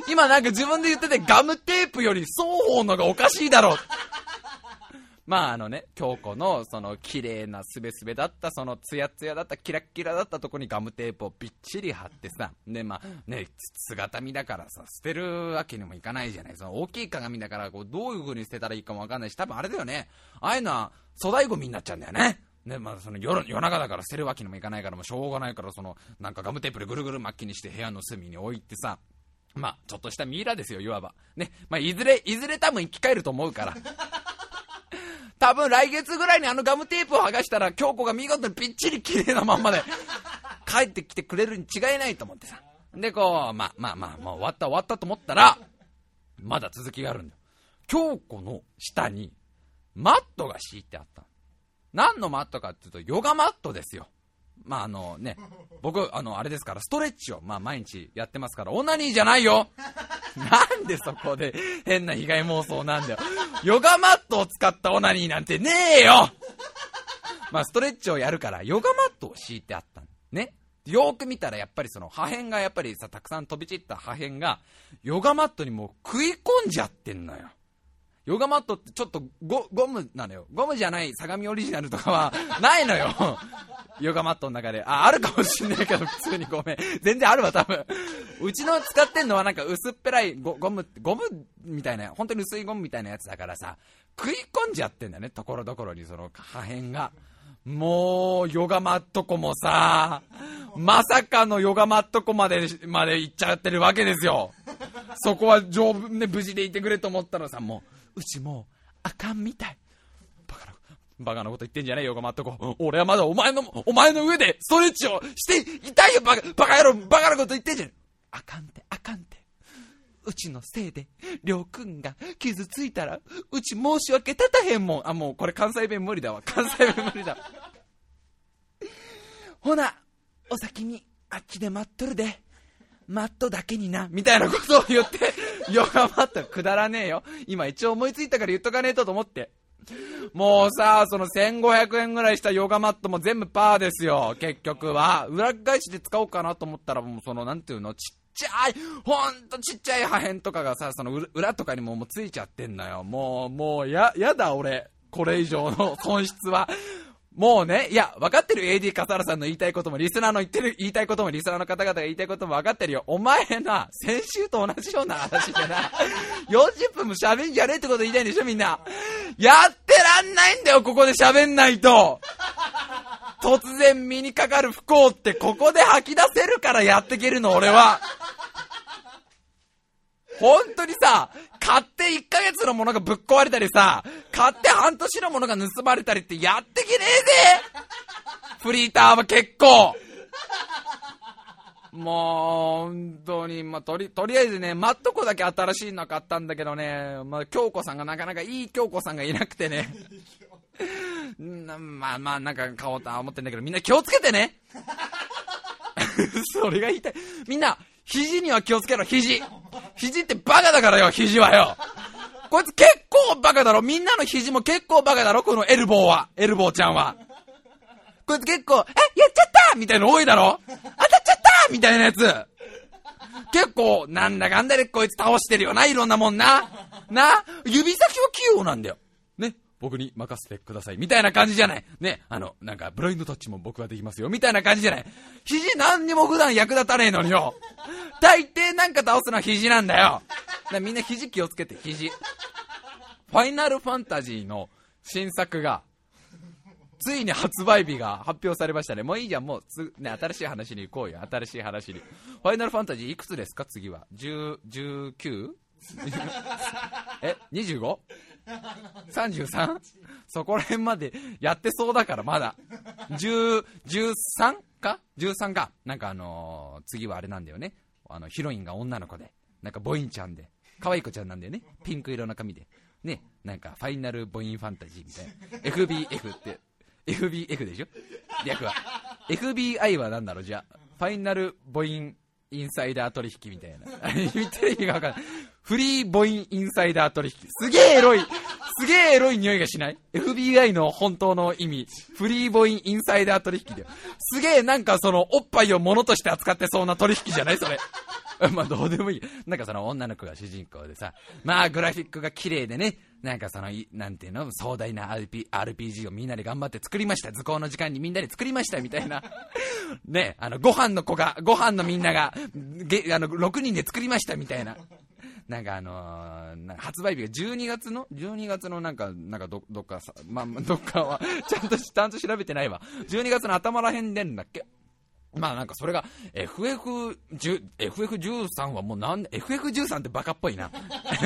今なんか自分で言っててガムテープより双方のがおかしいだろう。まあ京子のその綺麗なすべすべだった、そのツヤツヤだった、キラッキラだったとこにガムテープをびっちり貼ってさ、で姿見だからさ、捨てるわけにもいかないじゃない。その大きい鏡だからこうどういう風に捨てたらいいかもわかんないし、多分あれだよね、ああいうのは粗大ゴミになっちゃうんだよね。その夜中だから捨てるわけにもいかないから、もうしょうがないから、そのなんかガムテープでぐるぐる巻きにして部屋の隅に置いてさ、ちょっとしたミイラですよ、いわばね。いずれ多分生き返ると思うから多分来月ぐらいにガムテープを剥がしたら、京子が見事にぴっちり綺麗なまんまで帰ってきてくれるに違いないと思ってさ。でこうもう終わったと思ったら、まだ続きがあるんだよ。京子の下にマットが敷いてあった。何のマットかっていうと、ヨガマットですよ。僕あれですから、ストレッチを毎日やってますから。オナニーじゃないよ。なんでそこで変な被害妄想なんだよ。ヨガマットを使ったオナニーなんてねえよ。ストレッチをやるからヨガマットを敷いてあったね。よーく見たらやっぱりその破片がやっぱりさ、たくさん飛び散った破片がヨガマットにもう食い込んじゃってんのよ。ヨガマットってちょっとゴムなのよ。ゴムじゃない相模オリジナルとかはないのよ。ヨガマットの中で。あるかもしんないけど、普通にごめん。全然あるわ、多分。うちの使ってんのはなんか薄っぺらいゴムみたいな、本当に薄いゴムみたいなやつだからさ、食い込んじゃってんだね、ところどころにその破片が。もう、ヨガマット子もさ、まさかのヨガマット子まで行っちゃってるわけですよ。そこは丈夫ね、無事でいてくれと思ったのさ、うちもうあかんみたい。バカなこと言ってんじゃねえよ、ヨガマット子。俺はまだお前の上でストレッチをしていたいよ、バカ野郎、バカなこと言ってんじゃねえ。あかんて。うちのせいでりょうくんが傷ついたら、うち申し訳立たへんもん。もうこれ関西弁無理だわ。ほなお先にあっちで待っとるで、マットだけにな、みたいなことを言って、ヨガマットくだらねえよ。今一応思いついたから言っとかねえと思って。もうさ、その1500円ぐらいしたヨガマットも全部パーですよ。結局は裏返しで使おうかなと思ったら、もうそのなんていうの、ちっちゃい破片とかがさ、その裏とかにもうついちゃってんのよ。もうやだ俺、これ以上の損失は。もうね、いや、分かってる AD 笠原さんの言いたいことも、リスナーの言いたいことも、リスナーの方々が言いたいことも分かってるよ。お前な、先週と同じような話でな、40分も喋んじゃねえってこと言いたいんでしょ、みんな。やってらんないんだよ、ここで喋んないと。突然身にかかる不幸ってここで吐き出せるからやってけるの、俺は。本当にさ、買って1ヶ月のものがぶっ壊れたりさ、買って半年のものが盗まれたりってやってけねえぜ。フリーターは結構。もう本当に、とりあえずね、マットコだけ新しいの買ったんだけどね、京子さんがなかなかいい京子さんがいなくてね。なんか買おうとは思ってんだけど、みんな気をつけてね。それが言いたい。みんな肘には気をつけろ。肘ってバカだからよ。肘はよ、こいつ結構バカだろ。みんなの肘も結構バカだろ。このエルボーちゃんは。こいつ結構やっちゃったみたいなの多いだろ。当たっちゃったみたいなやつ結構なんだかんだでこいつ倒してるよな、いろんなもんな。指先は器用なんだよね。僕に任せてくださいみたいな感じじゃないね。なんかブラインドタッチも僕はできますよみたいな感じじゃない。肘何にも普段役立たねえのによ。大抵なんか倒すのは肘なんだよ。みんな肘気をつけて。肘。ファイナルファンタジーの新作がついに発売日が発表されましたね。もういいじゃん、もう新しい話に行こうよ。新しい話に。ファイナルファンタジーいくつですか次は。19？ 25？33？ そこら辺までやってそうだからまだ。13か ?13 か。なんか次はあれなんだよね。ヒロインが女の子で、なんかボインちゃんで、可愛い子ちゃんなんだよね。ピンク色の髪で。ね、なんかファイナルボインファンタジーみたいな。FBF って、FBF でしょ略は。FBI はなんだろう、じゃあ。ファイナルボインインサイダー取引みたいな。テレビがわかんない。フリーボインインサイダー取引。すげえエロい匂いがしない？ FBI の本当の意味。フリーボインインサイダー取引だよ。すげえなんかそのおっぱいを物として扱ってそうな取引じゃないそれ。 まあどうでもいい。なんかその女の子が主人公でさ、まあグラフィックが綺麗でね、なんかその、なんていうの、壮大な RPG をみんなで頑張って作りました。図工の時間にみんなで作りました。みたいな。ね、ご飯のみんなが、6人で作りました。みたいな。なんか発売日が12月のなんかどっかさ、まあどっかは、ちゃんと調べてないわ。12月の頭らへんでんだっけ。まあなんかそれが FF13 はもうFF13 ってバカっぽいな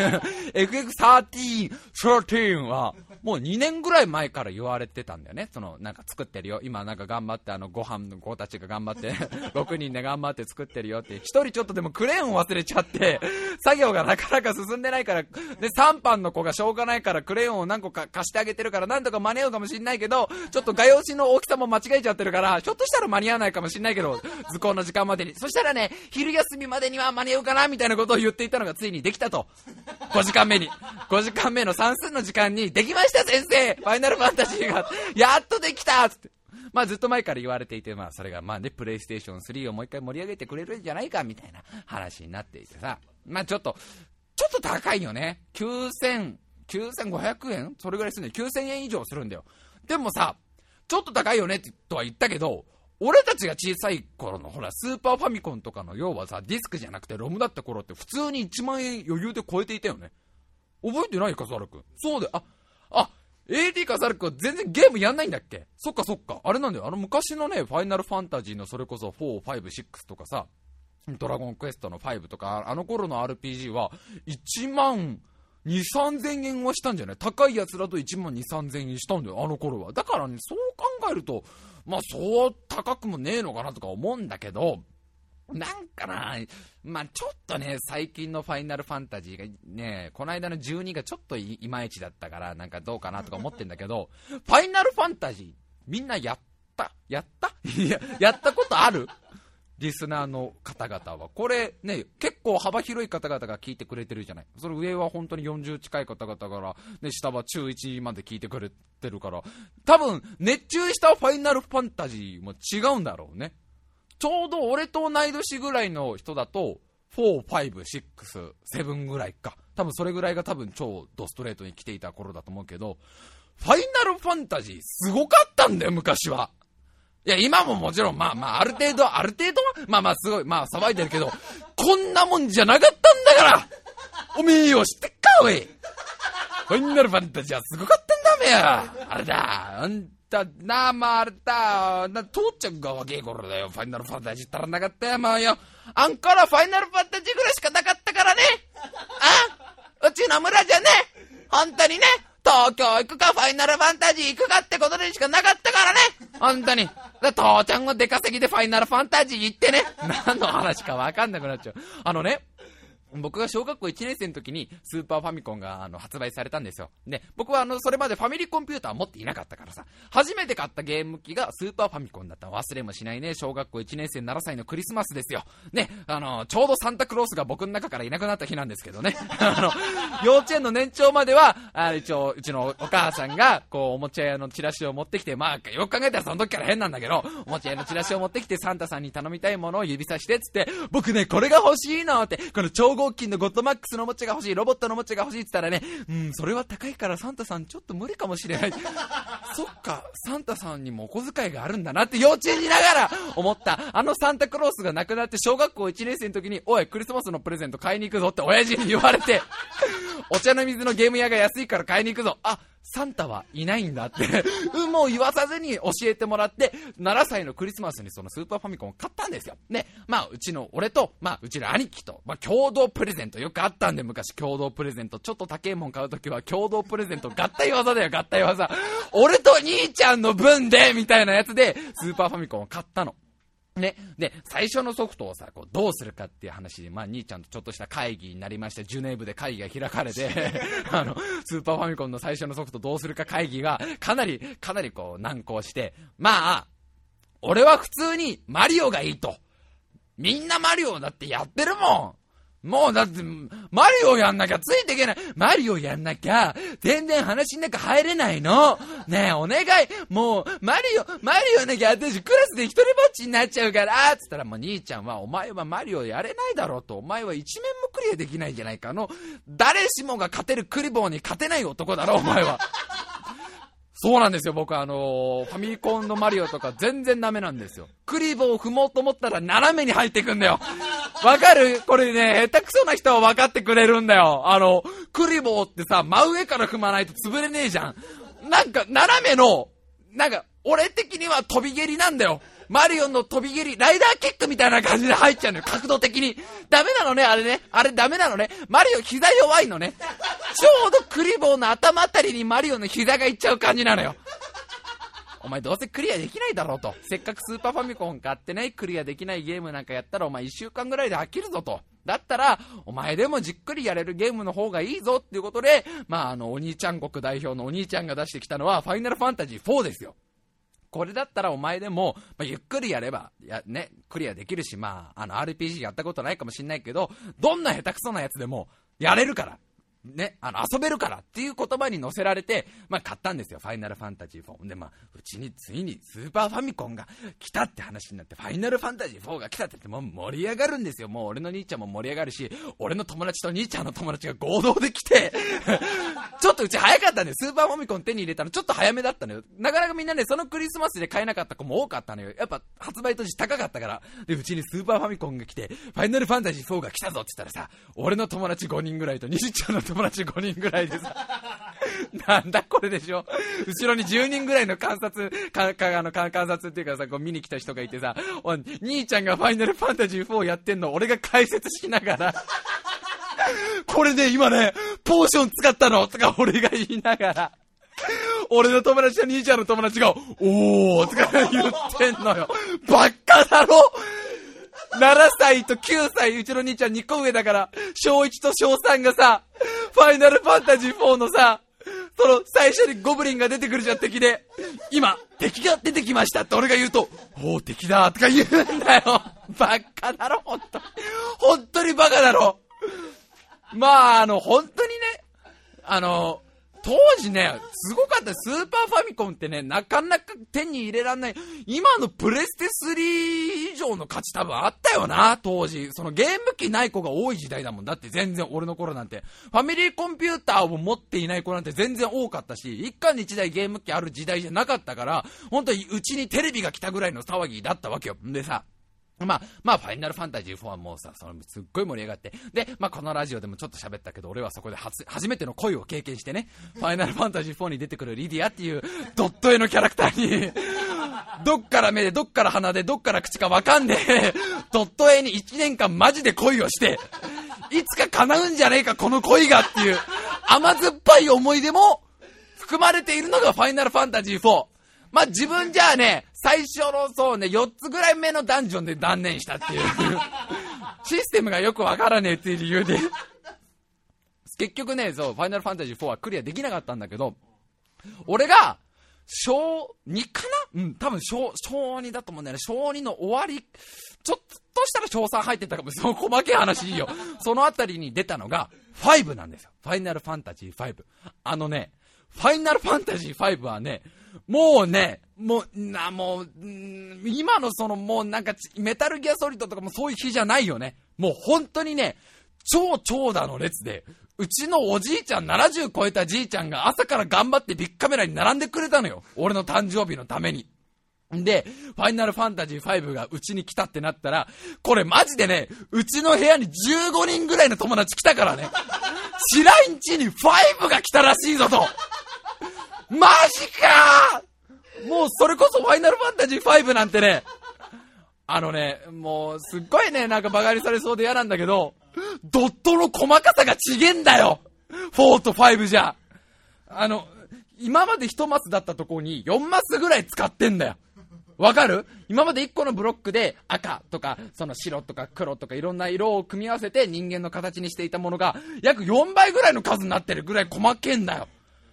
FF13 はもう2年ぐらい前から言われてたんだよね。そのなんか作ってるよ今、なんか頑張ってご飯の子たちが頑張って6人で頑張って作ってるよって。1人ちょっとでもクレーンを忘れちゃって作業がなかなか進んでないから、で3班の子がしょうがないからクレヨンを何個か貸してあげてるからなんとか間に合うかもしんないけど、ちょっと画用紙の大きさも間違えちゃってるからひょっとしたら間に合わないかもしんないけど、図工の時間までに、そしたらね昼休みまでには間に合うかなみたいなことを言っていたのがついにできたと。5時間目の算数の時間にできました先生、ファイナルファンタジーがやっとできたっつって、まあずっと前から言われていて、まあそれがまあねプレイステーション3をもう一回盛り上げてくれるんじゃないかみたいな話になっていてさ、まあちょっと高いよね。9500円それぐらいするんだよ。9000円以上するんだよ。でもさ、ちょっと高いよねってとは言ったけど、俺たちが小さい頃のほらスーパーファミコンとかの要はさディスクじゃなくてロムだった頃って普通に1万円余裕で超えていたよね。覚えてないかザル君。そうで、AD かザル君は全然ゲームやんないんだっけ。そっかあれなんだよ。昔のねファイナルファンタジーのそれこそ4、5、6とかさ、ドラゴンクエストの5とかあの頃の RPG は1万2、3000円はしたんじゃない。高いやつだと1万2、3000円したんだよあの頃は。だからね、そう考えるとまあそう高くもねえのかなとか思うんだけど、なんかな、まあちょっとね最近のファイナルファンタジーがね、この間の12がちょっといまいちだったからなんかどうかなとか思ってんだけどファイナルファンタジーみんなやったいやったことあるリスナーの方々は。これね結構幅広い方々が聞いてくれてるじゃない。それ上は本当に40近い方々から、ね、下は中1まで聞いてくれてるから、多分熱中したファイナルファンタジーも違うんだろうね。ちょうど俺と同い年ぐらいの人だと4、5、6、7ぐらいか、多分それぐらいが多分超ドストレートに来ていた頃だと思うけど、ファイナルファンタジーすごかったんだよ昔は。いや今ももちろんまあある程度まあすごいまあ騒いでるけどこんなもんじゃなかったんだから。おめえよ知ってっかおい。ファイナルファンタジーはすごかったんだめや。あれだあんたなあ、まああれだ父ちゃんが若え頃だよ。ファイナルファンタジーったらなかったよまあよ。あんからファイナルファンタジーぐらいしかなかったからね。うちの村じゃね本当にね、東京行くかファイナルファンタジー行くかってことでしかなかったからね本当に。父ちゃんが出稼ぎでファイナルファンタジー行ってね、何の話か分かんなくなっちゃう。僕が小学校1年生の時にスーパーファミコンが発売されたんですよ。で、僕はそれまでファミリーコンピューターを持っていなかったからさ、初めて買ったゲーム機がスーパーファミコンだったの忘れもしないね。小学校1年生7歳のクリスマスですよ。ね、ちょうどサンタクロースが僕の中からいなくなった日なんですけどね。幼稚園の年長までは、一応うちのお母さんがこうおもちゃ屋のチラシを持ってきて、まあよく考えたらその時から変なんだけど、おもちゃ屋のチラシを持ってきてサンタさんに頼みたいものを指さしてっつって、僕ねこれが欲しいのって、この超合金のゴッドマックスのおもちゃが欲しい、ロボットのおもちゃが欲しいって言ったらね、それは高いからサンタさんちょっと無理かもしれない。そっか、サンタさんにもお小遣いがあるんだなって幼稚園にいながら思った。サンタクロースが亡くなって小学校1年生の時に、おいクリスマスのプレゼント買いに行くぞって親父に言われてお茶の水のゲーム屋が安いから買いに行くぞ、サンタはいないんだってもう言わさずに教えてもらって、7歳のクリスマスにそのスーパーファミコンを買ったんですよ。で、まあうちの俺と、まあうちの兄貴と、共同プレゼントよくあったんで、昔共同プレゼント、ちょっと高いもん買うときは共同プレゼント合体技だよ、合体技。俺と兄ちゃんの分でみたいなやつでスーパーファミコンを買ったの。ね、で最初のソフトをさこうどうするかっていう話で、まあ兄ちゃんとちょっとした会議になりまして、ジュネーブで会議が開かれてスーパーファミコンの最初のソフトどうするか会議がかなりこう難航して、まあ俺は普通にマリオがいいと、みんなマリオだってやってるもん、 もうだって、マリオやんなきゃついていけない。マリオやんなきゃ、全然話の中入れないの。ねえ、お願い。もう、マリオやんなきゃ私クラスで一人ぼっちになっちゃうから、つったらもう兄ちゃんは、お前はマリオやれないだろうと。お前は一面もクリアできないんじゃないかの。誰しもが勝てるクリボーに勝てない男だろ、お前は。そうなんですよ、僕ファミコンのマリオとか全然ダメなんですよ。クリボーを踏もうと思ったら斜めに入ってくんだよ。わかる？これね、下手くそな人は分かってくれるんだよ。クリボーってさ、真上から踏まないと潰れねえじゃん。なんか、斜めの、なんか、俺的には飛び蹴りなんだよ。マリオの飛び蹴り、ライダーキックみたいな感じで入っちゃうのよ、角度的に。ダメなのね、あれね。あれダメなのね。マリオ膝弱いのね。ちょうどクリボーの頭あたりにマリオの膝がいっちゃう感じなのよ。お前どうせクリアできないだろうと。せっかくスーパーファミコン買ってね、クリアできないゲームなんかやったらお前1週間ぐらいで飽きるぞと。だったら、お前でもじっくりやれるゲームの方がいいぞっていうことで、お兄ちゃん国代表のお兄ちゃんが出してきたのは、ファイナルファンタジー4ですよ。これだったらお前でも、ゆっくりやれば、クリアできるし、RPG やったことないかもしんないけど、どんな下手くそなやつでも、やれるから。ね、遊べるからっていう言葉に乗せられて、買ったんですよ、ファイナルファンタジー4。で、うちについにスーパーファミコンが来たって話になって、ファイナルファンタジー4が来たって言ってもう盛り上がるんですよ。もう俺の兄ちゃんも盛り上がるし、俺の友達と兄ちゃんの友達が合同で来て、ちょっとうち早かったんで、スーパーファミコン手に入れたのちょっと早めだったのよ。なかなかみんなね、そのクリスマスで買えなかった子も多かったのよ。やっぱ発売当時高かったから。で、うちにスーパーファミコンが来て、ファイナルファンタジー4が来たぞって言ったらさ、俺の友達5人ぐらいと兄ちゃんの友達5人ぐらいでさ、なんだこれでしょ。後ろに10人ぐらいの観察っていうかさ、こう見に来た人がいてさ、兄ちゃんがファイナルファンタジー4やってんの俺が解説しながら、これね、今ね、ポーション使ったのとか俺が言いながら、俺の友達と兄ちゃんの友達が、おーとか言ってんのよ。ばっかだろ。7歳と9歳、うちの兄ちゃん2個上だから、小1と小3がさ、ファイナルファンタジー4のさ、その最初にゴブリンが出てくるじゃん、敵で。今、敵が出てきましたって俺が言うと、おー敵だとか言うんだよ。ばっかだろ、本当にバカだろ。本当にね、当時ね、すごかった。スーパーファミコンってね、なかなか手に入れらんない。今のプレステ3以上の価値多分あったよな、当時。そのゲーム機ない子が多い時代だもん。だって全然俺の頃なんて。ファミリーコンピューターを持っていない子なんて全然多かったし、一家に一台ゲーム機ある時代じゃなかったから、本当にうちにテレビが来たぐらいの騒ぎだったわけよ。でさ、ファイナルファンタジー4はもうさ、すっごい盛り上がって。で、このラジオでもちょっと喋ったけど、俺はそこで初めての恋を経験してね、ファイナルファンタジー4に出てくるリディアっていうドット絵のキャラクターに、どっから目で、どっから鼻で、どっから口かわかんねえ、ドット絵に1年間マジで恋をして、いつか叶うんじゃねえか、この恋がっていう、甘酸っぱい思い出も含まれているのがファイナルファンタジー4。自分じゃあね、最初の4つぐらい目のダンジョンで断念したっていうシステムがよくわからねえっていう理由で結局ね、ファイナルファンタジー4はクリアできなかったんだけど、俺が小2かな、多分小2だと思うんだよね。小2の終わり、ちょっとしたら小3入ってたかも。その細けい話いいよ。そのあたりに出たのが5なんですよ。ファイナルファンタジー5。ファイナルファンタジー5はね、もうね、今のもうなんかメタルギアソリッドとかもそういう日じゃないよね。もう本当にね、超長蛇の列で、うちのおじいちゃん70超えたじいちゃんが朝から頑張ってビッグカメラに並んでくれたのよ。俺の誕生日のために。で、ファイナルファンタジー5がうちに来たってなったら、これマジでね、うちの部屋に15人ぐらいの友達来たからね。知らんちに5が来たらしいぞと。マジかー。もうそれこそファイナルファンタジー5なんてね、もうすっごいね、なんかバカにされそうで嫌なんだけど、ドットの細かさが違えんだよ。4と5じゃ。今まで1マスだったところに4マスぐらい使ってんだよ。わかる？今まで1個のブロックで赤とかその白とか黒とかいろんな色を組み合わせて人間の形にしていたものが約4倍ぐらいの数になってるぐらい細けんだよ。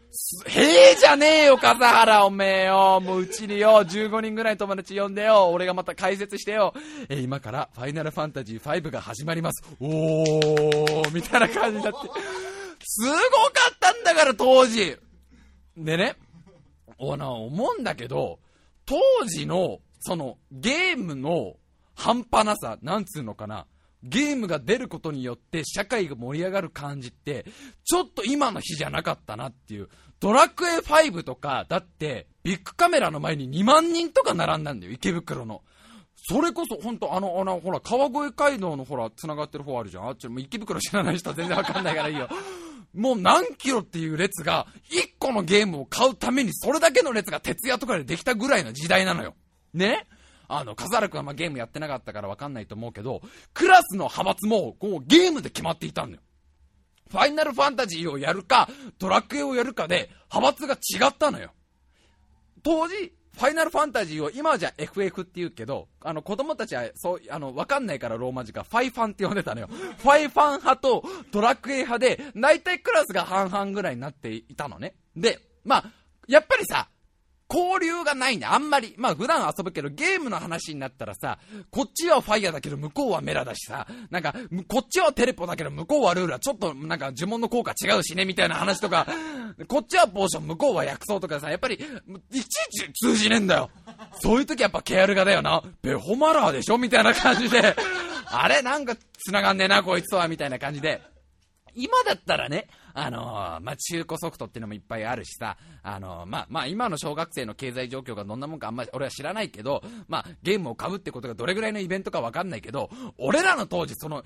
へえじゃねえよ、笠原、おめえよ。もううちによ、15人ぐらい友達呼んでよ。俺がまた解説してよ。今からファイナルファンタジー5が始まります。おー、みたいな感じになって。すごかったんだから、当時。でね、思うんだけど、当時の、その、ゲームの半端なさ、なんつうのかな。ゲームが出ることによって社会が盛り上がる感じってちょっと今の日じゃなかったなっていう。ドラクエ5とかだってビッグカメラの前に2万人とか並んだんだよ、池袋の。それこそほんとほら川越街道のほら繋がってる方あるじゃん。あっちも池袋知らない人は全然わかんないからいいよ。もう何キロっていう列が1個のゲームを買うためにそれだけの列が徹夜とかでできたぐらいの時代なのよね。笠原くんはゲームやってなかったから分かんないと思うけど、クラスの派閥もこうゲームで決まっていたんだよ。ファイナルファンタジーをやるかドラクエをやるかで派閥が違ったのよ。当時ファイナルファンタジーを今はじゃ FF って言うけど、子供たちはそう分かんないからローマ字がファイファンって呼んでたのよ。ファイファン派とドラクエ派で大体クラスが半々ぐらいになっていたのね。でやっぱりさ交流がないんだ、あんまり。普段遊ぶけど、ゲームの話になったらさ、こっちはファイヤーだけど、向こうはメラだしさ、こっちはテレポだけど、向こうはルーラー、ちょっと呪文の効果違うしね、みたいな話とか、こっちはポーション、向こうは薬草とかさ、やっぱり、いちいち通じねえんだよ。そういう時やっぱケアルガだよな。ベホマラーでしょみたいな感じで、あれ繋がんねえな、こいつとは、みたいな感じで。今だったらね、中古ソフトっていうのもいっぱいあるしさ、今の小学生の経済状況がどんなもんかあんまり俺は知らないけど、ゲームを買うってことがどれぐらいのイベントかわかんないけど、俺らの当時その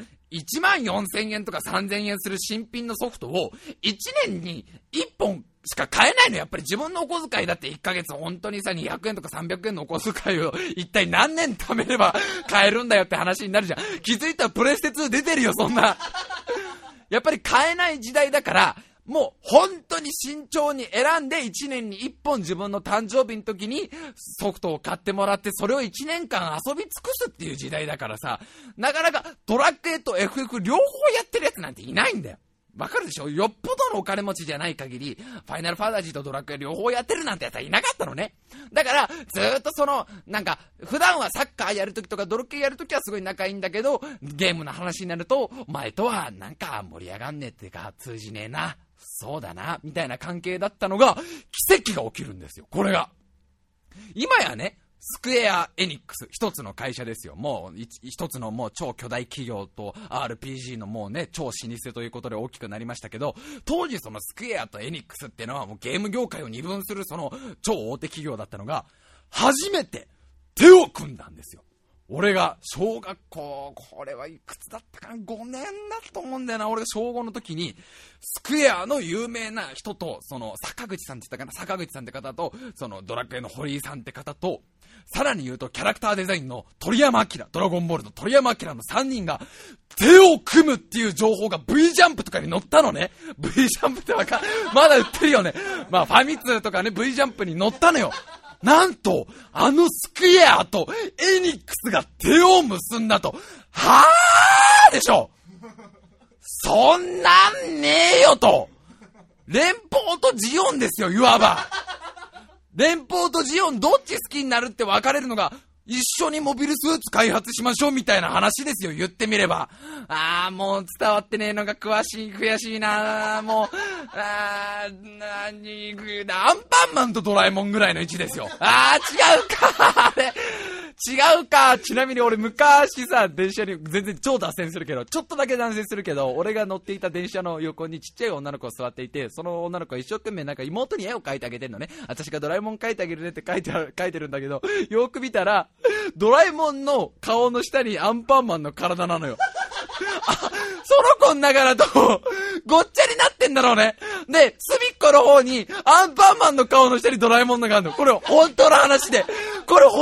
14,000円とか3,000円する新品のソフトを1年に1本しか買えないの。やっぱり自分のお小遣いだって1ヶ月本当にさ200円とか300円のお小遣いを一体何年貯めれば買えるんだよって話になるじゃん。気づいたらプレステ2出てるよ、そんな。やっぱり買えない時代だから、もう本当に慎重に選んで1年に1本自分の誕生日の時にソフトを買ってもらって、それを1年間遊び尽くすっていう時代だからさ、なかなかドラクエと FF 両方やってるやつなんていないんだよ。わかるでしょ。よっぽどのお金持ちじゃない限りファイナルファンタジーとドラクエ両方やってるなんてやつはいなかったのね。だからずーっと普段はサッカーやるときとかドラクエやるときはすごい仲いいんだけど、ゲームの話になるとお前とは盛り上がんねえっていうか通じねえな、そうだなみたいな関係だったのが奇跡が起きるんですよ。これが今やね、スクエア・エニックス、一つの会社ですよ。もう一つのもう超巨大企業と RPG のもうね超老舗ということで大きくなりましたけど、当時そのスクエアとエニックスっていうのはもうゲーム業界を二分するその超大手企業だったのが、初めて手を組んだんですよ。俺が小学校、これはいくつだったかな、5年だと思うんだよな。俺が小5の時にスクエアの有名な人と、その坂口さんって言ったかな、坂口さんって方と、そのドラクエの堀井さんって方と、さらに言うとキャラクターデザインの鳥山明、ドラゴンボールの鳥山明の3人が手を組むっていう情報が V ジャンプとかに載ったのね。V ジャンプってまだ売ってるよね。ファミ通とかね V ジャンプに載ったのよ。なんとスクエアとエニックスが手を結んだと。はぁーでしょ。そんなんねえよと。連邦とジオンですよ、いわば。連邦とジオンどっち好きになるって分かれるのが、一緒にモビルスーツ開発しましょうみたいな話ですよ、言ってみれば。もう伝わってねえのが悔しいな。もうアンパンマンとドラえもんぐらいの位置ですよ。違うかあれ違うか。ちなみに俺昔さ、電車に全然超脱線するけど、ちょっとだけ脱線するけど、俺が乗っていた電車の横にちっちゃい女の子が座っていて、その女の子は一生懸命妹に絵を描いてあげてんのね。私がドラえもん描いてあげるねって書いてるんだけど、よく見たらドラえもんの顔の下にアンパンマンの体なのよ。その子の中だとごっちゃになってんだろうね。で、隅っこの方にアンパンマンの顔の下にドラえもんのがあるの。これ本当の話で、この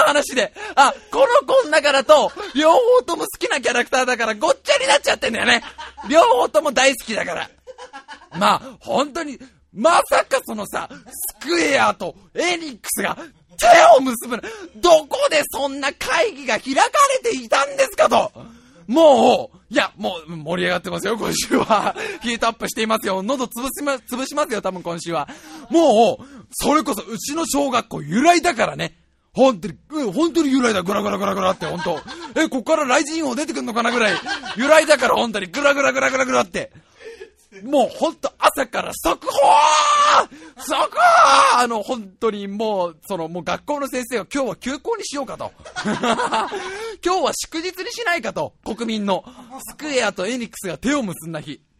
子の中だと両方とも好きなキャラクターだからごっちゃになっちゃってんだよね。両方とも大好きだから。本当にまさかそのさ、スクエアとエニックスが手を結ぶの、どこでそんな会議が開かれていたんですかと。 もう盛り上がってますよ、今週は。ヒートアップしていますよ。喉潰しますよ、多分今週は。もう、それこそうちの小学校由来だからね。本当に由来だ、グラグラグラグラって、本当。こっから雷神王出てくんのかなぐらい、由来だから本当にグラグラグラグラグラって。もう本当朝から速報本当にもう学校の先生は今日は休校にしようかと。今日は祝日にしないかと、国民の。スクエアとエニックスが手を結んだ日。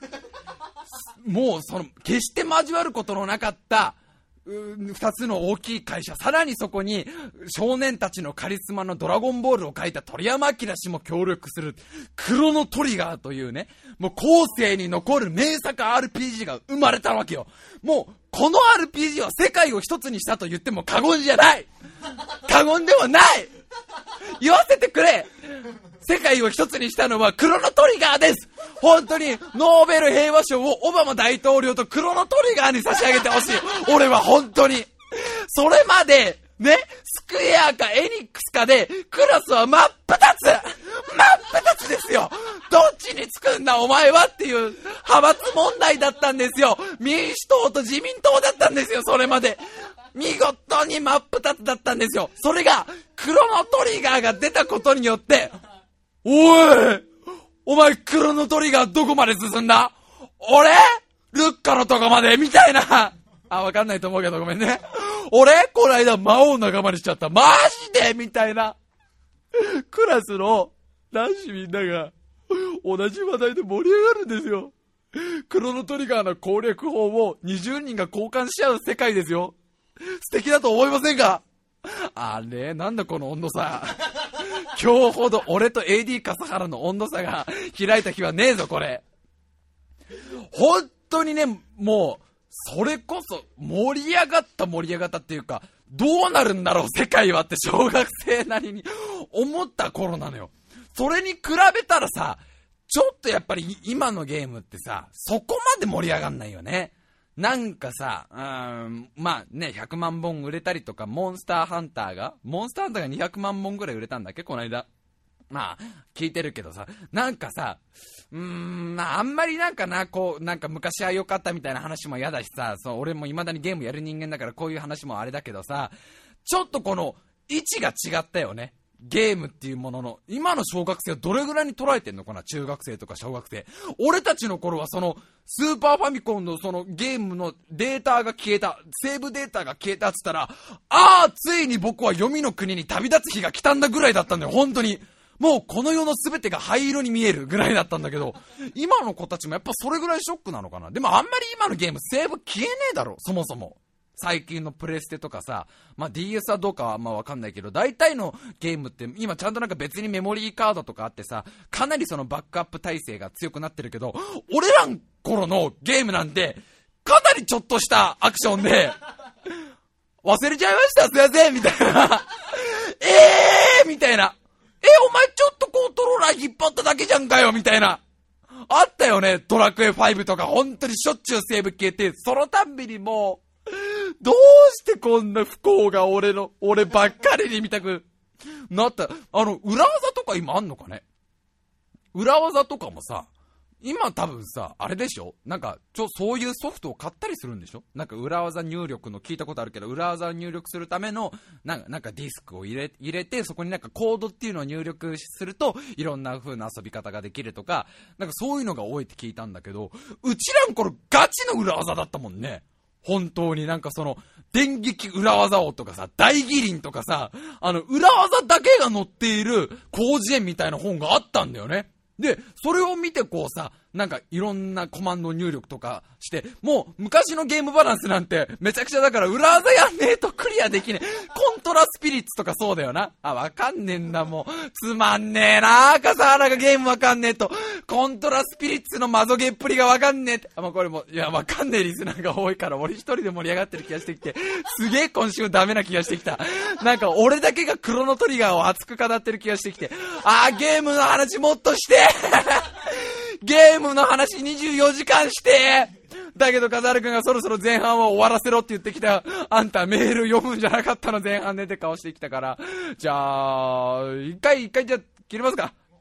もう決して交わることのなかった、二つの大きい会社、さらにそこに少年たちのカリスマのドラゴンボールを書いた鳥山明氏も協力するクロノトリガーというね、もう後世に残る名作 RPG が生まれたわけよ。もうこの RPG は世界を一つにしたと言っても過言じゃない。過言ではない。言わせてくれ。世界を一つにしたのはクロノトリガーです。本当にノーベル平和賞をオバマ大統領とクロノトリガーに差し上げてほしい。俺は本当に。それまでね、スクエアかエニックスかでクラスは真っ二つですよ。どっちにつくんだお前はっていう派閥問題だったんですよ。民主党と自民党だったんですよ、それまで。見事に真っ二つだったんですよ。それがクロノトリガーが出たことによって、お前クロノトリガーどこまで進んだ？俺ルッカのとこまでみたいな。わかんないと思うけどごめんね。俺この間魔王仲間にしちゃった。マジでみたいな。クラスの男子みんなが同じ話題で盛り上がるんですよ。クロノトリガーの攻略法を20人が交換し合う世界ですよ。素敵だと思いませんか？あれなんだこの温度差。今日ほど俺と AD 笠原の温度差が開いた日はねえぞこれ。本当にね、もうそれこそ盛り上がったっていうか、どうなるんだろう世界はって小学生なりに思った頃なのよ。それに比べたらさ、ちょっとやっぱり今のゲームってさ、そこまで盛り上がんないよね。なんかさ、まあね、100万本売れたりとか、モンスターハンターが200万本ぐらい売れたんだっけこの間。まあ聞いてるけどさ、なんかさ、まああんまりなんか昔は良かったみたいな話も嫌だしさ、俺も未だにゲームやる人間だからこういう話もあれだけどさ、ちょっとこの位置が違ったよね。ゲームっていうものの今の小学生はどれぐらいに捉えてんのかな、中学生とか小学生。俺たちの頃はスーパーファミコンのゲームのデータが消えた、セーブデータが消えたっつったら、ついに僕は黄泉の国に旅立つ日が来たんだぐらいだったんだよ。本当にもうこの世の全てが灰色に見えるぐらいだったんだけど、今の子たちもやっぱそれぐらいショックなのかな。でもあんまり今のゲームセーブ消えねえだろ、そもそも。最近のプレステとかさ、まあ DS はどうかはあんまわかんないけど、大体のゲームって今ちゃんとなんか別にメモリーカードとかあってさ、かなりバックアップ体制が強くなってるけど、俺らの頃のゲームなんてかなりちょっとしたアクションで忘れちゃいましたすいませんみたいなみたいな、お前ちょっとコントローラー引っ張っただけじゃんかよみたいな、あったよね。ドラクエ5とか本当にしょっちゅうセーブ消えて、そのたんびにもうどうしてこんな不幸が俺ばっかりに見たくなった。裏技とか今あんのかね。裏技とかもさ、今多分さ、あれでしょ、なんかそういうソフトを買ったりするんでしょ。なんか裏技入力の聞いたことあるけど、裏技を入力するためのなんかディスクを入れて、そこになんかコードっていうのを入力するといろんな風な遊び方ができるとか、なんかそういうのが多いって聞いたんだけど、うちらの頃ガチの裏技だったもんね。本当になんか電撃裏技王とかさ、大義林とかさ、裏技だけが載っている広辞苑みたいな本があったんだよね。で、それを見てなんかいろんなコマンド入力とかして、もう昔のゲームバランスなんてめちゃくちゃだから裏技やんねえとクリアできねえ。コントラスピリッツとかそうだよな。わかんねえんだもう。つまんねえな笠原がゲームわかんねえと。コントラスピリッツのマゾゲっぷりがわかんねえって。これも、わかんねえリスナーが多いから俺一人で盛り上がってる気がしてきて、すげえ今週ダメな気がしてきた。なんか俺だけがクロノトリガーを熱く語ってる気がしてきて、ゲームの話もっとしてゲームの話24時間してだけど笠原くんがそろそろ前半は終わらせろって言ってきた。あんたメール読むんじゃなかったの前半でって顔してきたから、じゃあ一回じゃあ切りますか。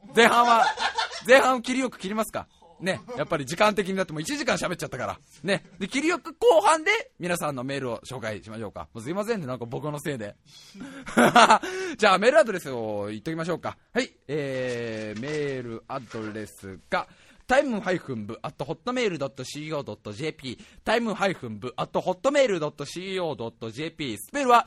前半切りよく切りますかね。やっぱり時間的になっても1時間喋っちゃったからね。で切りよく後半で皆さんのメールを紹介しましょうか。もうすいませんね、なんか僕のせいでじゃあメールアドレスを言っときましょうか。はい、メールアドレスがtime-bu@hotmail.co.jp time-bu@hotmail.co.jp スペルは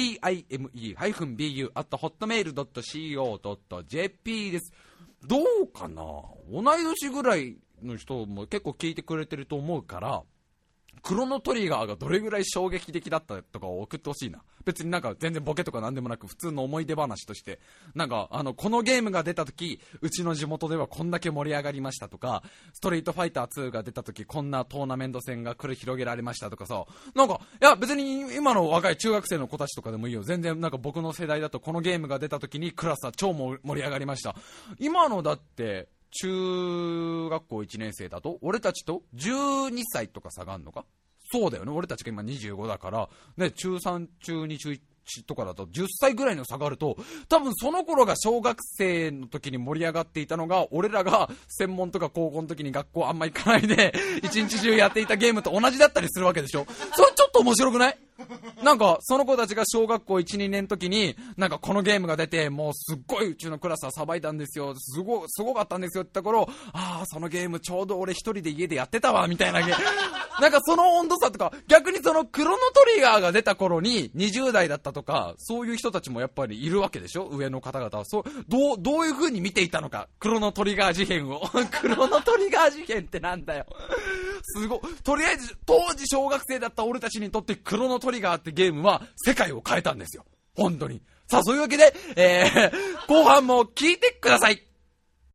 time-bu@hotmail.co.jp です。どうかな、同い年ぐらいの人も結構聞いてくれてると思うから、クロノトリガーがどれぐらい衝撃的だったとかを送ってほしいな。別になんか全然ボケとかなんでもなく、普通の思い出話として、なんかこのゲームが出た時うちの地元ではこんだけ盛り上がりましたとか、ストリートファイター2が出た時こんなトーナメント戦が繰り広げられましたとかさ、なんかいや別に今の若い中学生の子たちとかでもいいよ。全然なんか僕の世代だとこのゲームが出た時にクラスは超盛り上がりました。今のだって中学校1年生だと俺たちと12歳とか差があるのか。そうだよね、俺たちが今25だからね、中3中2中1とかだと10歳ぐらいの差があると、多分その頃が小学生の時に盛り上がっていたのが、俺らが専門とか高校の時に学校あんま行かないで一日中やっていたゲームと同じだったりするわけでしょ。それちょっと面白くない？なんかその子たちが小学校 1,2 年の時になんかこのゲームが出て、もうすっごいうちのクラスは騒いだんですよ、すごかったんですよって言った頃、ああそのゲームちょうど俺一人で家でやってたわみたいなゲームなんかその温度差とか、逆にそのクロノトリガーが出た頃に20代だったとか、そういう人たちもやっぱりいるわけでしょ、上の方々は。どういう風に見ていたのか、クロノトリガー事変をクロノトリガー事変ってなんだよすごい。とりあえず当時小学生だった俺たちにとってクロノトリガーってゲームは世界を変えたんですよ、本当に。さあそういうわけで、後半も聞いてください。